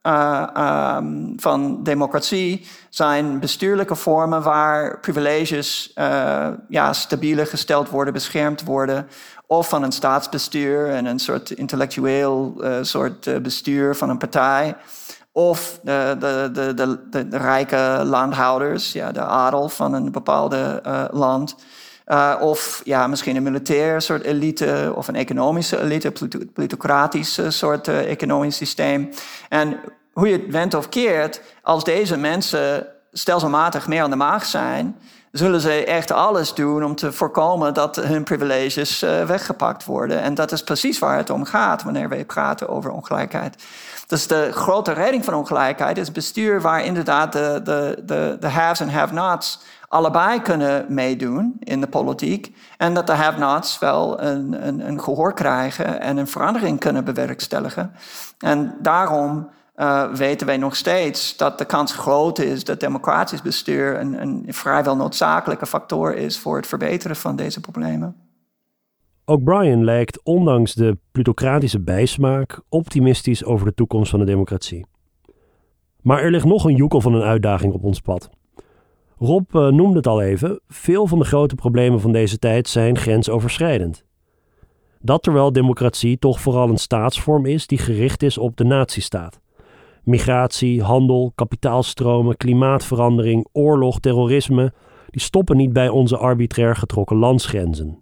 van democratie zijn bestuurlijke vormen waar privileges stabieler gesteld worden, beschermd worden. Of van een staatsbestuur en een soort intellectueel soort bestuur van een partij. Of de rijke landhouders, de adel van een bepaalde land. Of misschien een militair soort elite of een economische elite, plutocratisch soort economisch systeem. En hoe je het went of keert, als deze mensen stelselmatig meer aan de macht zijn, zullen ze echt alles doen om te voorkomen dat hun privileges weggepakt worden. En dat is precies waar het om gaat wanneer we praten over ongelijkheid. Dus de grote redding van ongelijkheid is bestuur waar inderdaad de haves en have-nots allebei kunnen meedoen in de politiek. En dat de have-nots wel een gehoor krijgen en een verandering kunnen bewerkstelligen. En daarom weten wij nog steeds dat de kans groot is dat democratisch bestuur een vrijwel noodzakelijke factor is voor het verbeteren van deze problemen. Ook Brian lijkt, ondanks de plutocratische bijsmaak, optimistisch over de toekomst van de democratie. Maar er ligt nog een joekel van een uitdaging op ons pad. Rob noemde het al even, veel van de grote problemen van deze tijd zijn grensoverschrijdend. Dat terwijl democratie toch vooral een staatsvorm is die gericht is op de natiestaat. Migratie, handel, kapitaalstromen, klimaatverandering, oorlog, terrorisme, die stoppen niet bij onze arbitrair getrokken landsgrenzen.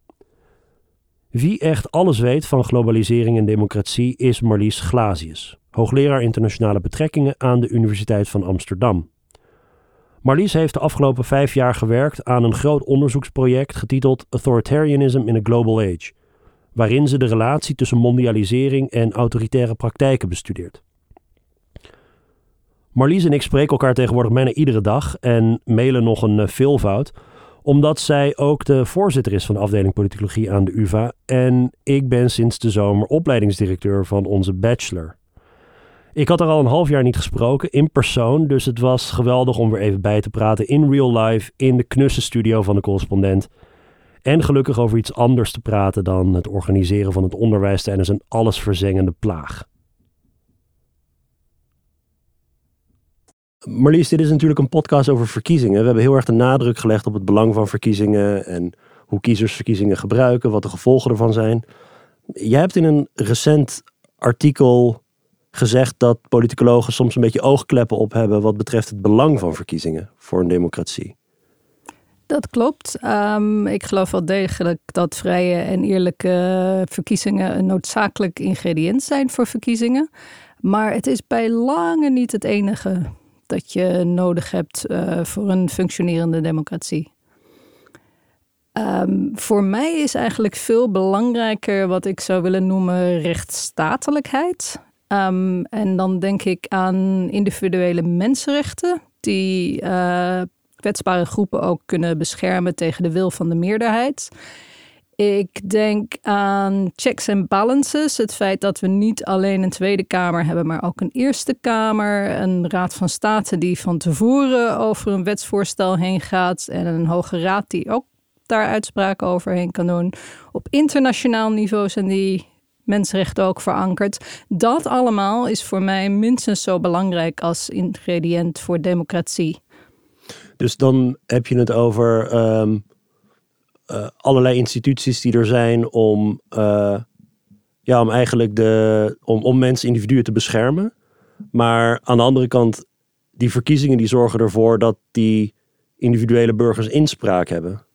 Wie echt alles weet van globalisering en democratie is Marlies Glazius, hoogleraar internationale betrekkingen aan de Universiteit van Amsterdam. Marlies heeft de afgelopen 5 jaar gewerkt aan een groot onderzoeksproject getiteld Authoritarianism in a Global Age, waarin ze de relatie tussen mondialisering en autoritaire praktijken bestudeert. Marlies en ik spreken elkaar tegenwoordig bijna iedere dag en mailen nog een veelvoud, omdat zij ook de voorzitter is van de afdeling politicologie aan de UvA en ik ben sinds de zomer opleidingsdirecteur van onze bachelor. Ik had er al een half jaar niet gesproken, in persoon, dus het was geweldig om weer even bij te praten in real life, in de knusse studio van de correspondent. En gelukkig over iets anders te praten dan het organiseren van het onderwijs tijdens een allesverzengende plaag. Marlies, dit is natuurlijk een podcast over verkiezingen. We hebben heel erg de nadruk gelegd op het belang van verkiezingen en hoe kiezers verkiezingen gebruiken, wat de gevolgen ervan zijn. Jij hebt in een recent artikel gezegd dat politicologen soms een beetje oogkleppen op hebben wat betreft het belang van verkiezingen voor een democratie. Dat klopt. Ik geloof wel degelijk dat vrije en eerlijke verkiezingen een noodzakelijk ingrediënt zijn voor verkiezingen. Maar het is bij lange niet het enige dat je nodig hebt voor een functionerende democratie. Voor mij is eigenlijk veel belangrijker wat ik zou willen noemen rechtsstatelijkheid. En dan denk ik aan individuele mensenrechten die kwetsbare groepen ook kunnen beschermen tegen de wil van de meerderheid. Ik denk aan checks and balances. Het feit dat we niet alleen een Tweede Kamer hebben, maar ook een Eerste Kamer. Een Raad van State die van tevoren over een wetsvoorstel heen gaat. En een Hoge Raad die ook daar uitspraken overheen kan doen. Op internationaal niveau zijn die mensenrechten ook verankerd. Dat allemaal is voor mij minstens zo belangrijk als ingrediënt voor democratie. Dus dan heb je het over allerlei instituties die er zijn om eigenlijk om mensen, individuen te beschermen. Maar aan de andere kant, die verkiezingen die zorgen ervoor dat die individuele burgers inspraak hebben.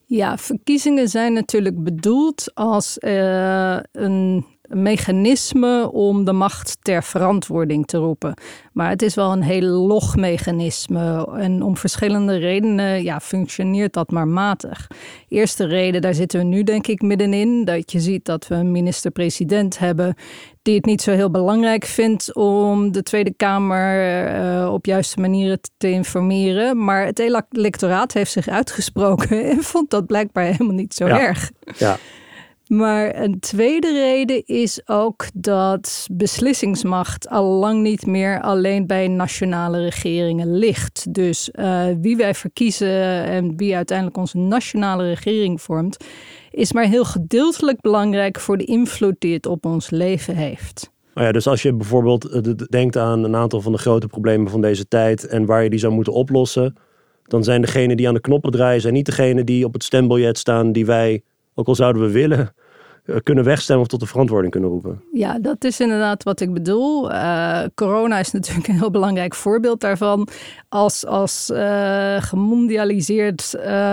Ja, verkiezingen zijn natuurlijk bedoeld als een mechanisme om de macht ter verantwoording te roepen. Maar het is wel een heel log mechanisme en om verschillende redenen functioneert dat maar matig. Eerste reden, daar zitten we nu denk ik middenin, dat je ziet dat we een minister-president hebben die het niet zo heel belangrijk vindt om de Tweede Kamer op juiste manieren te informeren. Maar het electoraat heeft zich uitgesproken en vond dat blijkbaar helemaal niet zo erg. Ja. Maar een tweede reden is ook dat beslissingsmacht al lang niet meer alleen bij nationale regeringen ligt. Dus wie wij verkiezen en wie uiteindelijk onze nationale regering vormt, is maar heel gedeeltelijk belangrijk voor de invloed die het op ons leven heeft. Nou ja, dus als je bijvoorbeeld denkt aan een aantal van de grote problemen van deze tijd en waar je die zou moeten oplossen, dan zijn degenen die aan de knoppen draaien, zijn niet degenen die op het stembiljet staan die wij, ook al zouden we willen, kunnen wegstemmen of tot de verantwoording kunnen roepen. Ja, dat is inderdaad wat ik bedoel. Corona is natuurlijk een heel belangrijk voorbeeld daarvan. Als gemondialiseerd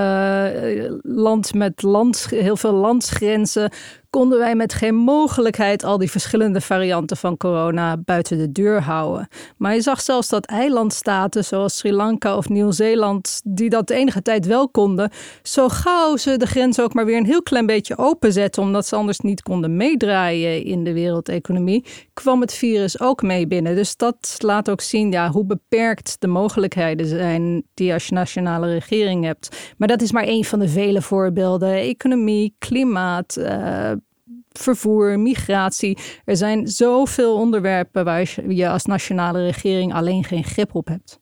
land met heel veel landsgrenzen konden wij met geen mogelijkheid al die verschillende varianten van corona buiten de deur houden. Maar je zag zelfs dat eilandstaten zoals Sri Lanka of Nieuw-Zeeland, die dat de enige tijd wel konden, zo gauw ze de grens ook maar weer een heel klein beetje openzetten, omdat ze anders niet konden meedraaien in de wereldeconomie, kwam het virus ook mee binnen. Dus dat laat ook zien hoe beperkt de mogelijkheden zijn die je als nationale regering hebt. Maar dat is maar één van de vele voorbeelden. Economie, klimaat, vervoer, migratie. Er zijn zoveel onderwerpen waar je als nationale regering alleen geen grip op hebt.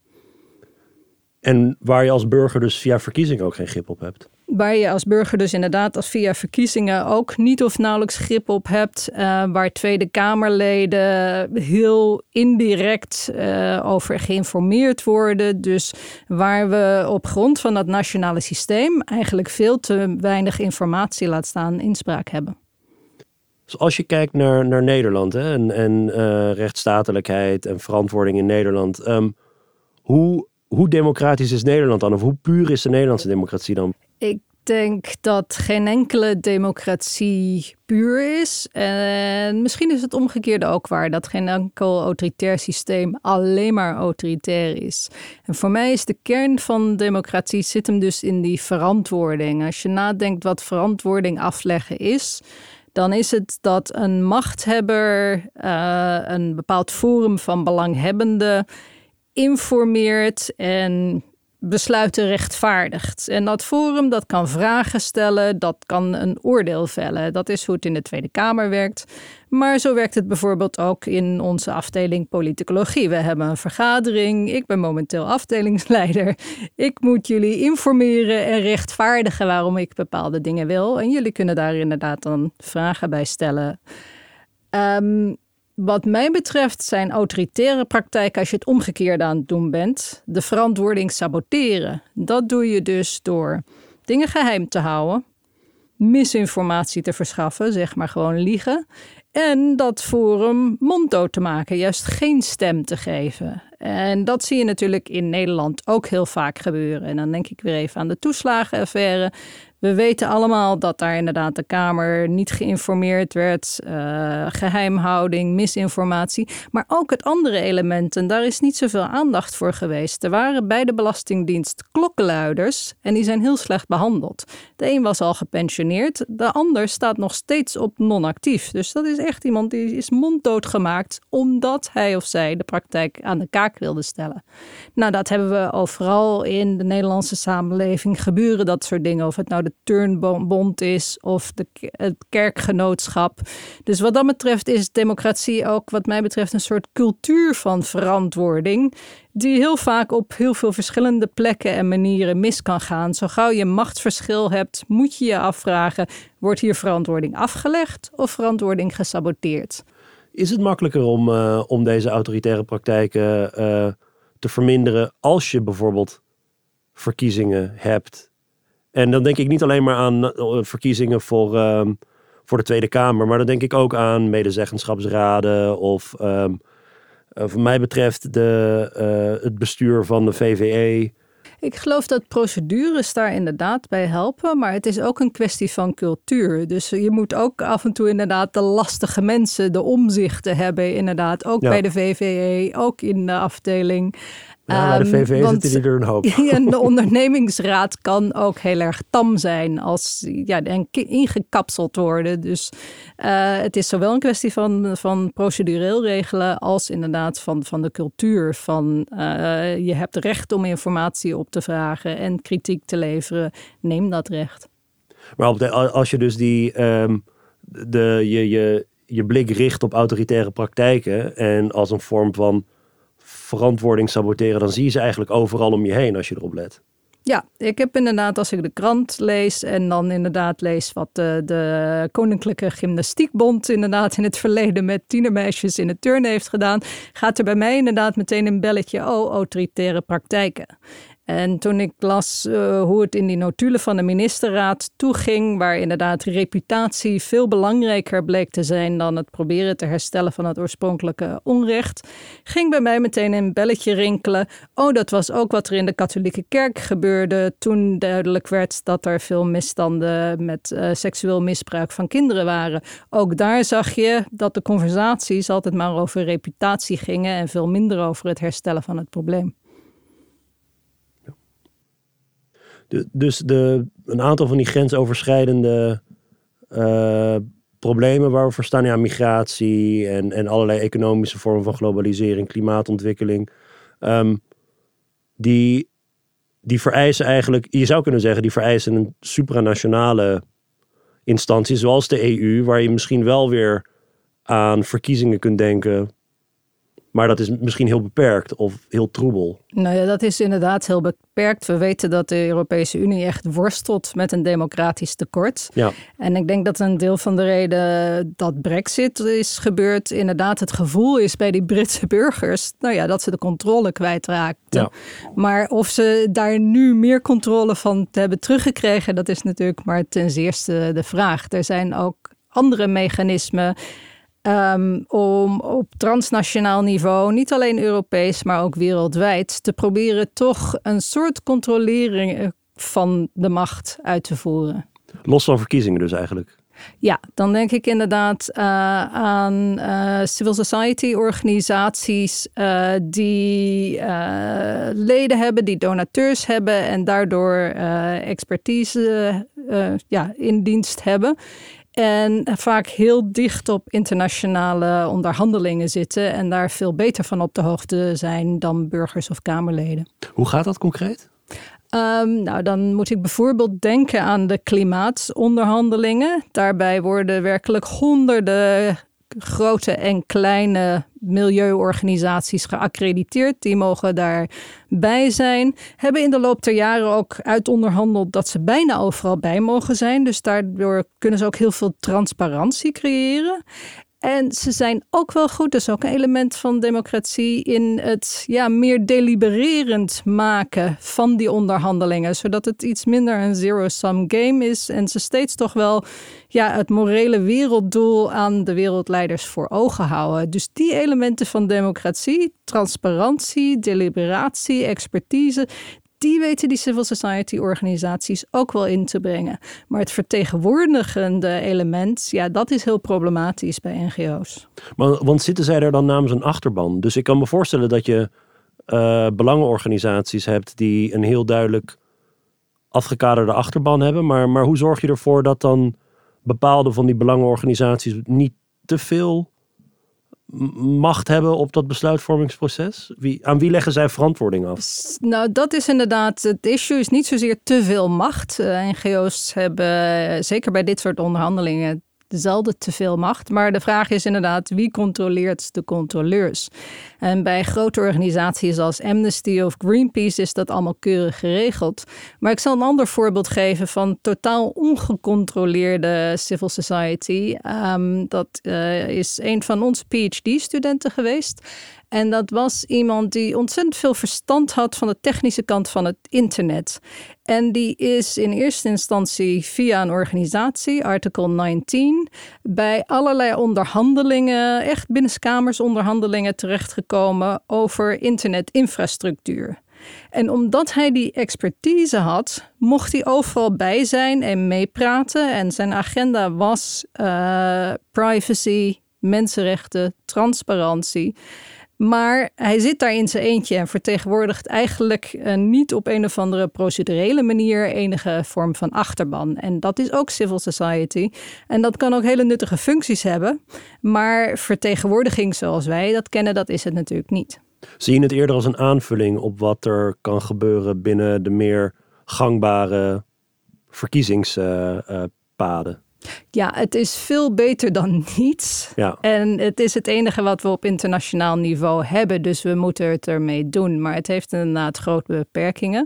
En waar je als burger dus via verkiezingen ook geen grip op hebt. Waar je als burger dus inderdaad als via verkiezingen ook niet of nauwelijks grip op hebt. Waar Tweede Kamerleden heel indirect over geïnformeerd worden. Dus waar we op grond van dat nationale systeem eigenlijk veel te weinig informatie, laat staan inspraak hebben. Dus als je kijkt naar Nederland en rechtsstatelijkheid en verantwoording in Nederland. Hoe democratisch is Nederland dan? Of hoe puur is de Nederlandse democratie dan? Ik denk dat geen enkele democratie puur is. En misschien is het omgekeerde ook waar. Dat geen enkel autoritair systeem alleen maar autoritair is. En voor mij is de kern van democratie zit hem dus in die verantwoording. Als je nadenkt wat verantwoording afleggen is, dan is het dat een machthebber een bepaald forum van belanghebbenden informeert en besluiten rechtvaardigt. En dat forum dat kan vragen stellen, dat kan een oordeel vellen. Dat is hoe het in de Tweede Kamer werkt. Maar zo werkt het bijvoorbeeld ook in onze afdeling politicologie. We hebben een vergadering. Ik ben momenteel afdelingsleider. Ik moet jullie informeren en rechtvaardigen waarom ik bepaalde dingen wil. En jullie kunnen daar inderdaad dan vragen bij stellen. Wat mij betreft zijn autoritaire praktijken, als je het omgekeerde aan het doen bent, de verantwoording saboteren. Dat doe je dus door dingen geheim te houden, misinformatie te verschaffen, zeg maar gewoon liegen, en dat forum monddood te maken, juist geen stem te geven. En dat zie je natuurlijk in Nederland ook heel vaak gebeuren. En dan denk ik weer even aan de toeslagenaffaire. We weten allemaal dat daar inderdaad de Kamer niet geïnformeerd werd. Geheimhouding, misinformatie. Maar ook het andere element. En daar is niet zoveel aandacht voor geweest. Er waren bij de Belastingdienst klokkenluiders. En die zijn heel slecht behandeld. De een was al gepensioneerd. De ander staat nog steeds op non-actief. Dus dat is echt iemand die is monddood gemaakt, omdat hij of zij de praktijk aan de kaak wilde stellen. Nou, dat hebben we overal in de Nederlandse samenleving gebeuren, dat soort dingen. Of het nou de Turnbond is of het kerkgenootschap. Dus wat dat betreft is democratie ook wat mij betreft een soort cultuur van verantwoording, die heel vaak op heel veel verschillende plekken en manieren mis kan gaan. Zo gauw je machtsverschil hebt, moet je je afvragen, wordt hier verantwoording afgelegd of verantwoording gesaboteerd? Is het makkelijker om deze autoritaire praktijken te verminderen als je bijvoorbeeld verkiezingen hebt? En dan denk ik niet alleen maar aan verkiezingen voor de Tweede Kamer, maar dan denk ik ook aan medezeggenschapsraden of wat mij betreft het bestuur van de VVE. Ik geloof dat procedures daar inderdaad bij helpen, maar het is ook een kwestie van cultuur. Dus je moet ook af en toe inderdaad de lastige mensen, de omzichten hebben inderdaad. Ook bij de VVE, ook in de afdeling. Ja, bij de VVE zitten die er een hoop. De ondernemingsraad kan ook heel erg tam zijn en ingekapseld worden. Dus het is zowel een kwestie van procedureel regelen als inderdaad van de cultuur. Je hebt recht om informatie op te vragen en kritiek te leveren. Neem dat recht. Maar als je dus je blik richt op autoritaire praktijken en als een vorm van verantwoording saboteren, dan zie je ze eigenlijk overal om je heen als je erop let. Ja, ik heb inderdaad, als ik de krant lees en dan inderdaad lees wat de Koninklijke Gymnastiekbond inderdaad in het verleden met tienermeisjes in het turnen heeft gedaan, gaat er bij mij inderdaad meteen een belletje, autoritaire praktijken. En toen ik las hoe het in die notulen van de ministerraad toeging, waar inderdaad reputatie veel belangrijker bleek te zijn dan het proberen te herstellen van het oorspronkelijke onrecht, ging bij mij meteen een belletje rinkelen. Dat was ook wat er in de katholieke kerk gebeurde toen duidelijk werd dat er veel misstanden met seksueel misbruik van kinderen waren. Ook daar zag je dat de conversaties altijd maar over reputatie gingen en veel minder over het herstellen van het probleem. Dus een aantal van die grensoverschrijdende problemen waar we voor staan, migratie en allerlei economische vormen van globalisering, klimaatontwikkeling, die vereisen eigenlijk, je zou kunnen zeggen, die vereisen een supranationale instantie zoals de EU, waar je misschien wel weer aan verkiezingen kunt denken. Maar dat is misschien heel beperkt of heel troebel. Nou ja, dat is inderdaad heel beperkt. We weten dat de Europese Unie echt worstelt met een democratisch tekort. Ja. En ik denk dat een deel van de reden dat Brexit is gebeurd, inderdaad het gevoel is bij die Britse burgers, dat ze de controle kwijtraakten. Ja. Maar of ze daar nu meer controle van hebben teruggekregen, dat is natuurlijk maar ten zeerste de vraag. Er zijn ook andere mechanismen om op transnationaal niveau, niet alleen Europees, maar ook wereldwijd, te proberen toch een soort controlering van de macht uit te voeren. Los van verkiezingen dus eigenlijk? Ja, dan denk ik inderdaad aan civil society organisaties die leden hebben, die donateurs hebben en daardoor expertise in dienst hebben. En vaak heel dicht op internationale onderhandelingen zitten en daar veel beter van op de hoogte zijn dan burgers of Kamerleden. Hoe gaat dat concreet? Dan moet ik bijvoorbeeld denken aan de klimaatonderhandelingen. Daarbij worden werkelijk honderden grote en kleine milieuorganisaties geaccrediteerd. Die mogen daarbij zijn. Hebben in de loop der jaren ook uitonderhandeld dat ze bijna overal bij mogen zijn. Dus daardoor kunnen ze ook heel veel transparantie creëren. En ze zijn ook wel goed, dus ook een element van democratie in het meer delibererend maken van die onderhandelingen. Zodat het iets minder een zero-sum game is en ze steeds toch wel het morele werelddoel aan de wereldleiders voor ogen houden. Dus die elementen van democratie, transparantie, deliberatie, expertise, die weten die civil society organisaties ook wel in te brengen. Maar het vertegenwoordigende element, dat is heel problematisch bij NGO's. Want zitten zij er dan namens een achterban? Dus ik kan me voorstellen dat je belangenorganisaties hebt die een heel duidelijk afgekaderde achterban hebben. Maar hoe zorg je ervoor dat dan bepaalde van die belangenorganisaties niet te veel macht hebben op dat besluitvormingsproces? Aan wie leggen zij verantwoording af? Nou, dat is inderdaad, het issue is niet zozeer te veel macht. NGO's hebben, zeker bij dit soort onderhandelingen, zelden te veel macht. Maar de vraag is inderdaad, wie controleert de controleurs? En bij grote organisaties als Amnesty of Greenpeace is dat allemaal keurig geregeld. Maar ik zal een ander voorbeeld geven van totaal ongecontroleerde civil society. Dat is een van onze PhD-studenten geweest. En dat was iemand die ontzettend veel verstand had van de technische kant van het internet. En die is in eerste instantie via een organisatie, Article 19, bij allerlei onderhandelingen, echt binnenskamers onderhandelingen terechtgekomen over internetinfrastructuur. En omdat hij die expertise had, mocht hij overal bij zijn en meepraten. En zijn agenda was privacy, mensenrechten, transparantie. Maar hij zit daar in zijn eentje en vertegenwoordigt eigenlijk niet op een of andere procedurele manier enige vorm van achterban. En dat is ook civil society. En dat kan ook hele nuttige functies hebben. Maar vertegenwoordiging zoals wij dat kennen, dat is het natuurlijk niet. Zie je het eerder als een aanvulling op wat er kan gebeuren binnen de meer gangbare verkiezingspaden? Ja, het is veel beter dan niets. Ja. En het is het enige wat we op internationaal niveau hebben. Dus we moeten het ermee doen. Maar het heeft inderdaad grote beperkingen.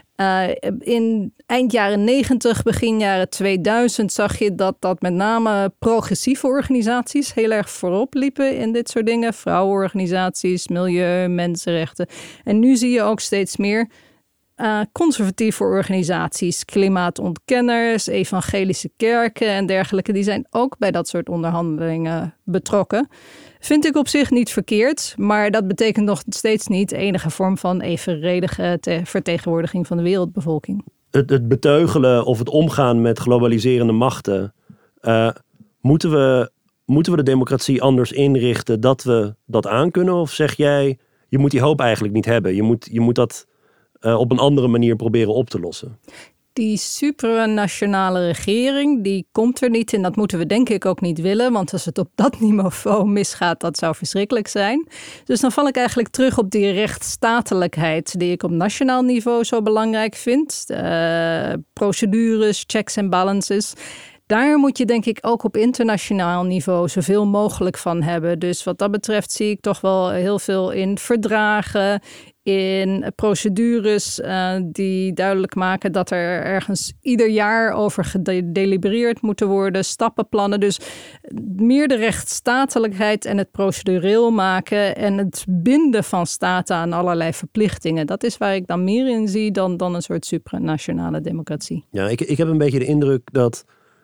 In eind jaren 90, begin jaren 2000 zag je dat met name progressieve organisaties heel erg voorop liepen in dit soort dingen. Vrouwenorganisaties, milieu, mensenrechten. En nu zie je ook steeds meer conservatieve organisaties, klimaatontkenners, evangelische kerken en dergelijke. Die zijn ook bij dat soort onderhandelingen betrokken. Vind ik op zich niet verkeerd, maar dat betekent nog steeds niet enige vorm van evenredige vertegenwoordiging van de wereldbevolking. Het beteugelen of het omgaan met globaliserende machten, moeten we de democratie anders inrichten dat we dat aankunnen? Of zeg jij, je moet die hoop eigenlijk niet hebben. Je moet dat op een andere manier proberen op te lossen. Die supranationale regering, die komt er niet. En dat moeten we denk ik ook niet willen. Want als het op dat niveau misgaat, dat zou verschrikkelijk zijn. Dus dan val ik eigenlijk terug op die rechtsstatelijkheid die ik op nationaal niveau zo belangrijk vind. Procedures, checks en balances. Daar moet je denk ik ook op internationaal niveau zoveel mogelijk van hebben. Dus wat dat betreft zie ik toch wel heel veel in verdragen, in procedures die duidelijk maken dat er ergens ieder jaar over gedelibereerd moeten worden, stappenplannen. Dus meer de rechtsstatelijkheid en het procedureel maken en het binden van staten aan allerlei verplichtingen. Dat is waar ik dan meer in zie dan een soort supranationale democratie. Ja, ik heb een beetje de indruk dat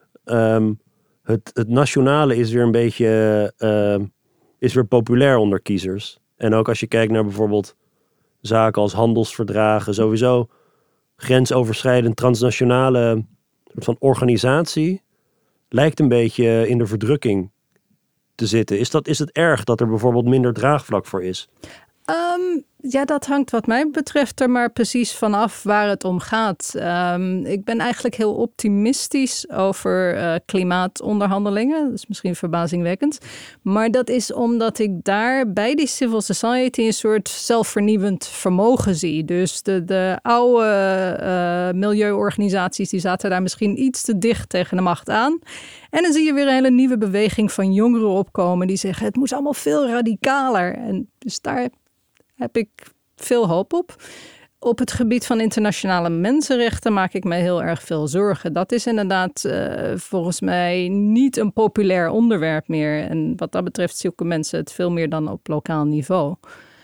het nationale is weer een beetje is weer populair onder kiezers. En ook als je kijkt naar bijvoorbeeld zaken als handelsverdragen, sowieso grensoverschrijdend transnationale soort van organisatie lijkt een beetje in de verdrukking te zitten. Is het erg dat er bijvoorbeeld minder draagvlak voor is? Ja, dat hangt wat mij betreft er maar precies vanaf waar het om gaat. Ik ben eigenlijk heel optimistisch over klimaatonderhandelingen. Dat is misschien verbazingwekkend. Maar dat is omdat ik daar bij die civil society een soort zelfvernieuwend vermogen zie. Dus de oude milieuorganisaties die zaten daar misschien iets te dicht tegen de macht aan. En dan zie je weer een hele nieuwe beweging van jongeren opkomen die zeggen het moet allemaal veel radicaler. En dus daar heb ik veel hoop op. Op het gebied van internationale mensenrechten maak ik me heel erg veel zorgen. Dat is inderdaad volgens mij niet een populair onderwerp meer. En wat dat betreft zoeken mensen het veel meer dan op lokaal niveau.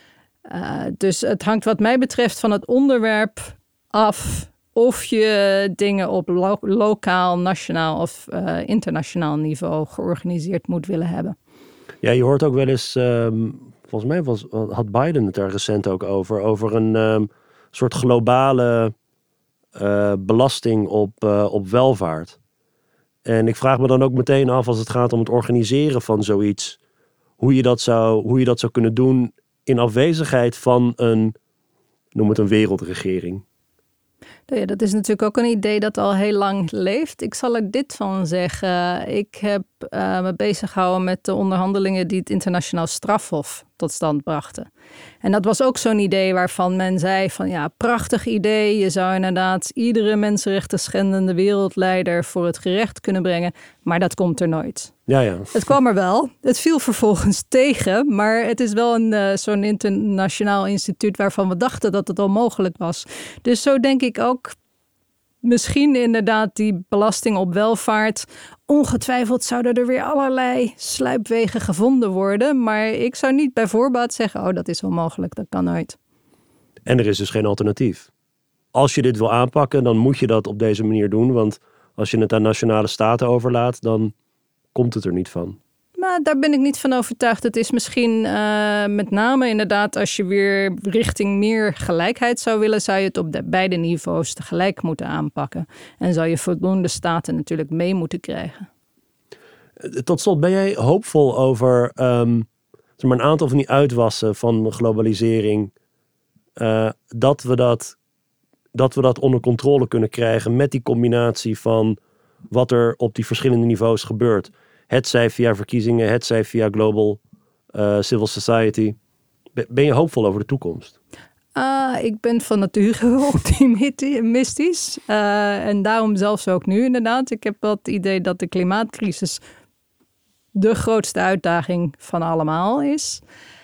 Dus het hangt wat mij betreft van het onderwerp af of je dingen op lokaal, nationaal of internationaal niveau georganiseerd moet willen hebben. Ja, je hoort ook wel eens, volgens mij had Biden het daar recent ook over een soort globale belasting op welvaart. En ik vraag me dan ook meteen af als het gaat om het organiseren van zoiets, hoe je dat zou kunnen doen in afwezigheid van noem het een wereldregering. Ja, dat is natuurlijk ook een idee dat al heel lang leeft. Ik zal er dit van zeggen. Ik heb me bezig gehouden met de onderhandelingen die het internationaal strafhof tot stand brachten. En dat was ook zo'n idee waarvan men zei van ja, prachtig idee. Je zou inderdaad iedere mensenrechten schendende wereldleider voor het gerecht kunnen brengen. Maar dat komt er nooit. Ja. Het kwam er wel. Het viel vervolgens tegen. Maar het is wel zo'n internationaal instituut waarvan we dachten dat het onmogelijk was. Dus zo denk ik ook misschien inderdaad die belasting op welvaart. Ongetwijfeld zouden er weer allerlei sluipwegen gevonden worden. Maar ik zou niet bij voorbaat zeggen, dat is onmogelijk, dat kan nooit. En er is dus geen alternatief. Als je dit wil aanpakken, dan moet je dat op deze manier doen. Want als je het aan nationale staten overlaat, dan komt het er niet van. Maar daar ben ik niet van overtuigd. Het is misschien met name inderdaad als je weer richting meer gelijkheid zou willen, zou je het op beide niveaus tegelijk moeten aanpakken. En zou je voldoende staten natuurlijk mee moeten krijgen. Tot slot, ben jij hoopvol over een aantal van die uitwassen van globalisering, dat we dat onder controle kunnen krijgen met die combinatie van wat er op die verschillende niveaus gebeurt? Hetzij via verkiezingen, hetzij via global civil society. Ben je hoopvol over de toekomst? Ik ben van nature optimistisch. En daarom zelfs ook nu inderdaad. Ik heb wel het idee dat de klimaatcrisis de grootste uitdaging van allemaal is.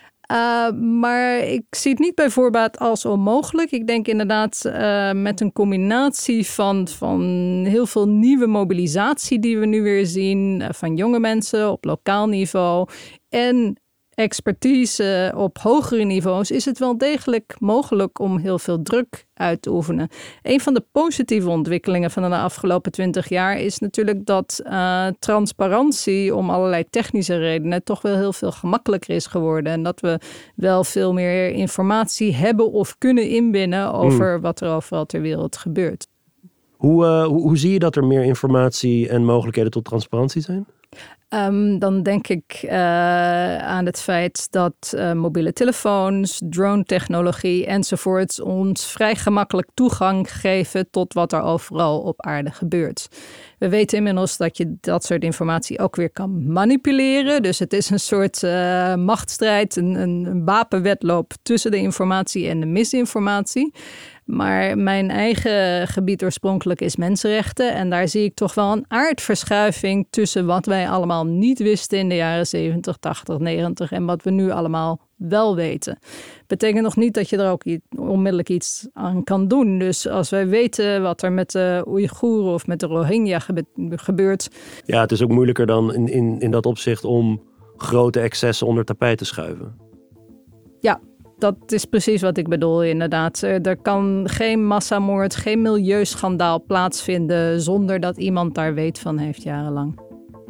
Maar ik zie het niet bij voorbaat als onmogelijk. Ik denk inderdaad met een combinatie van heel veel nieuwe mobilisatie die we nu weer zien, van jonge mensen op lokaal niveau en expertise op hogere niveaus, is het wel degelijk mogelijk om heel veel druk uit te oefenen. Een van de positieve ontwikkelingen van de afgelopen 20 jaar is natuurlijk dat transparantie om allerlei technische redenen toch wel heel veel gemakkelijker is geworden. En dat we wel veel meer informatie hebben of kunnen inbinnen over wat er overal ter wereld gebeurt. Hoe zie je dat er meer informatie en mogelijkheden tot transparantie zijn? Dan denk ik aan het feit dat mobiele telefoons, drone-technologie enzovoort ons vrij gemakkelijk toegang geven tot wat er overal op aarde gebeurt. We weten inmiddels dat je dat soort informatie ook weer kan manipuleren. Dus het is een soort machtsstrijd, een wapenwedloop tussen de informatie en de misinformatie. Maar mijn eigen gebied oorspronkelijk is mensenrechten. En daar zie ik toch wel een aardverschuiving tussen wat wij allemaal niet wisten in de jaren 70, 80, 90 en wat we nu allemaal wel weten. Betekent nog niet dat je er ook onmiddellijk iets aan kan doen. Dus als wij weten wat er met de Oeigoeren of met de Rohingya gebeurt. Ja, het is ook moeilijker dan in dat opzicht om grote excessen onder tapijt te schuiven. Ja. Dat is precies wat ik bedoel, inderdaad. Er kan geen massamoord, geen milieuschandaal plaatsvinden zonder dat iemand daar weet van heeft jarenlang.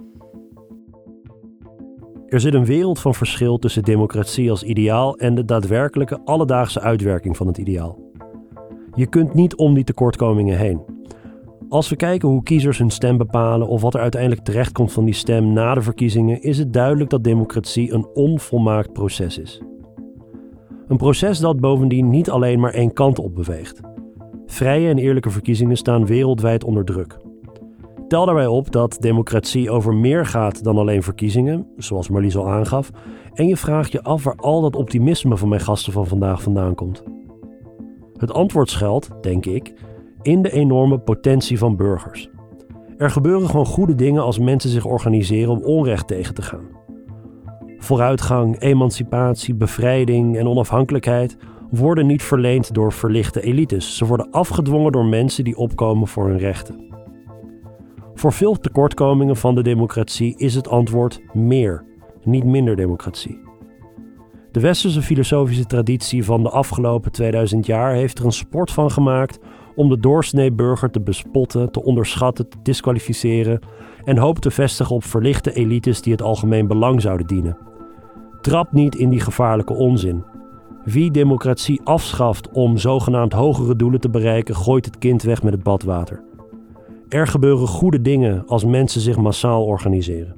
Er zit een wereld van verschil tussen democratie als ideaal en de daadwerkelijke alledaagse uitwerking van het ideaal. Je kunt niet om die tekortkomingen heen. Als we kijken hoe kiezers hun stem bepalen of wat er uiteindelijk terechtkomt van die stem na de verkiezingen, is het duidelijk dat democratie een onvolmaakt proces is. Een proces dat bovendien niet alleen maar één kant op beweegt. Vrije en eerlijke verkiezingen staan wereldwijd onder druk. Tel daarbij op dat democratie over meer gaat dan alleen verkiezingen, zoals Marlies al aangaf, en je vraagt je af waar al dat optimisme van mijn gasten van vandaag vandaan komt. Het antwoord schuilt, denk ik, in de enorme potentie van burgers. Er gebeuren gewoon goede dingen als mensen zich organiseren om onrecht tegen te gaan. Vooruitgang, emancipatie, bevrijding en onafhankelijkheid worden niet verleend door verlichte elites. Ze worden afgedwongen door mensen die opkomen voor hun rechten. Voor veel tekortkomingen van de democratie is het antwoord meer, niet minder democratie. De westerse filosofische traditie van de afgelopen 2000 jaar heeft er een sport van gemaakt om de doorsnee burger te bespotten, te onderschatten, te disqualificeren en hoop te vestigen op verlichte elites die het algemeen belang zouden dienen. Trap niet in die gevaarlijke onzin. Wie democratie afschaft om zogenaamd hogere doelen te bereiken, gooit het kind weg met het badwater. Er gebeuren goede dingen als mensen zich massaal organiseren.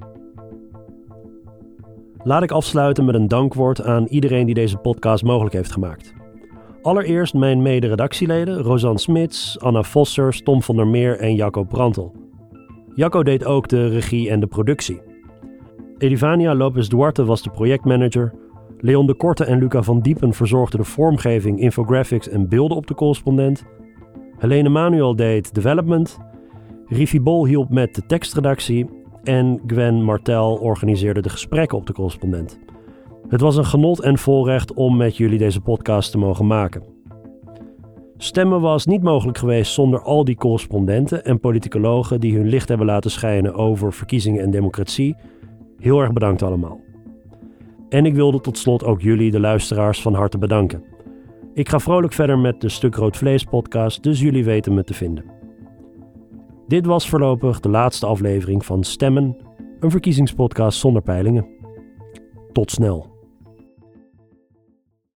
Laat ik afsluiten met een dankwoord aan iedereen die deze podcast mogelijk heeft gemaakt. Allereerst mijn mede-redactieleden Rosanne Smits, Anna Vossers, Tom van der Meer en Jacco Prantel. Jacco deed ook de regie en de productie. Edivania Lopez Duarte was de projectmanager. Leon de Korte en Luca van Diepen verzorgden de vormgeving, infographics en beelden op de correspondent. Helene Manuel deed development. Rivi Bol hielp met de tekstredactie. En Gwen Martel organiseerde de gesprekken op de correspondent. Het was een genot en voorrecht om met jullie deze podcast te mogen maken. Stemmen was niet mogelijk geweest zonder al die correspondenten en politicologen die hun licht hebben laten schijnen over verkiezingen en democratie. Heel erg bedankt allemaal. En ik wilde tot slot ook jullie, de luisteraars, van harte bedanken. Ik ga vrolijk verder met de Stuk Rood Vlees podcast, dus jullie weten me te vinden. Dit was voorlopig de laatste aflevering van Stemmen, een verkiezingspodcast zonder peilingen. Tot snel.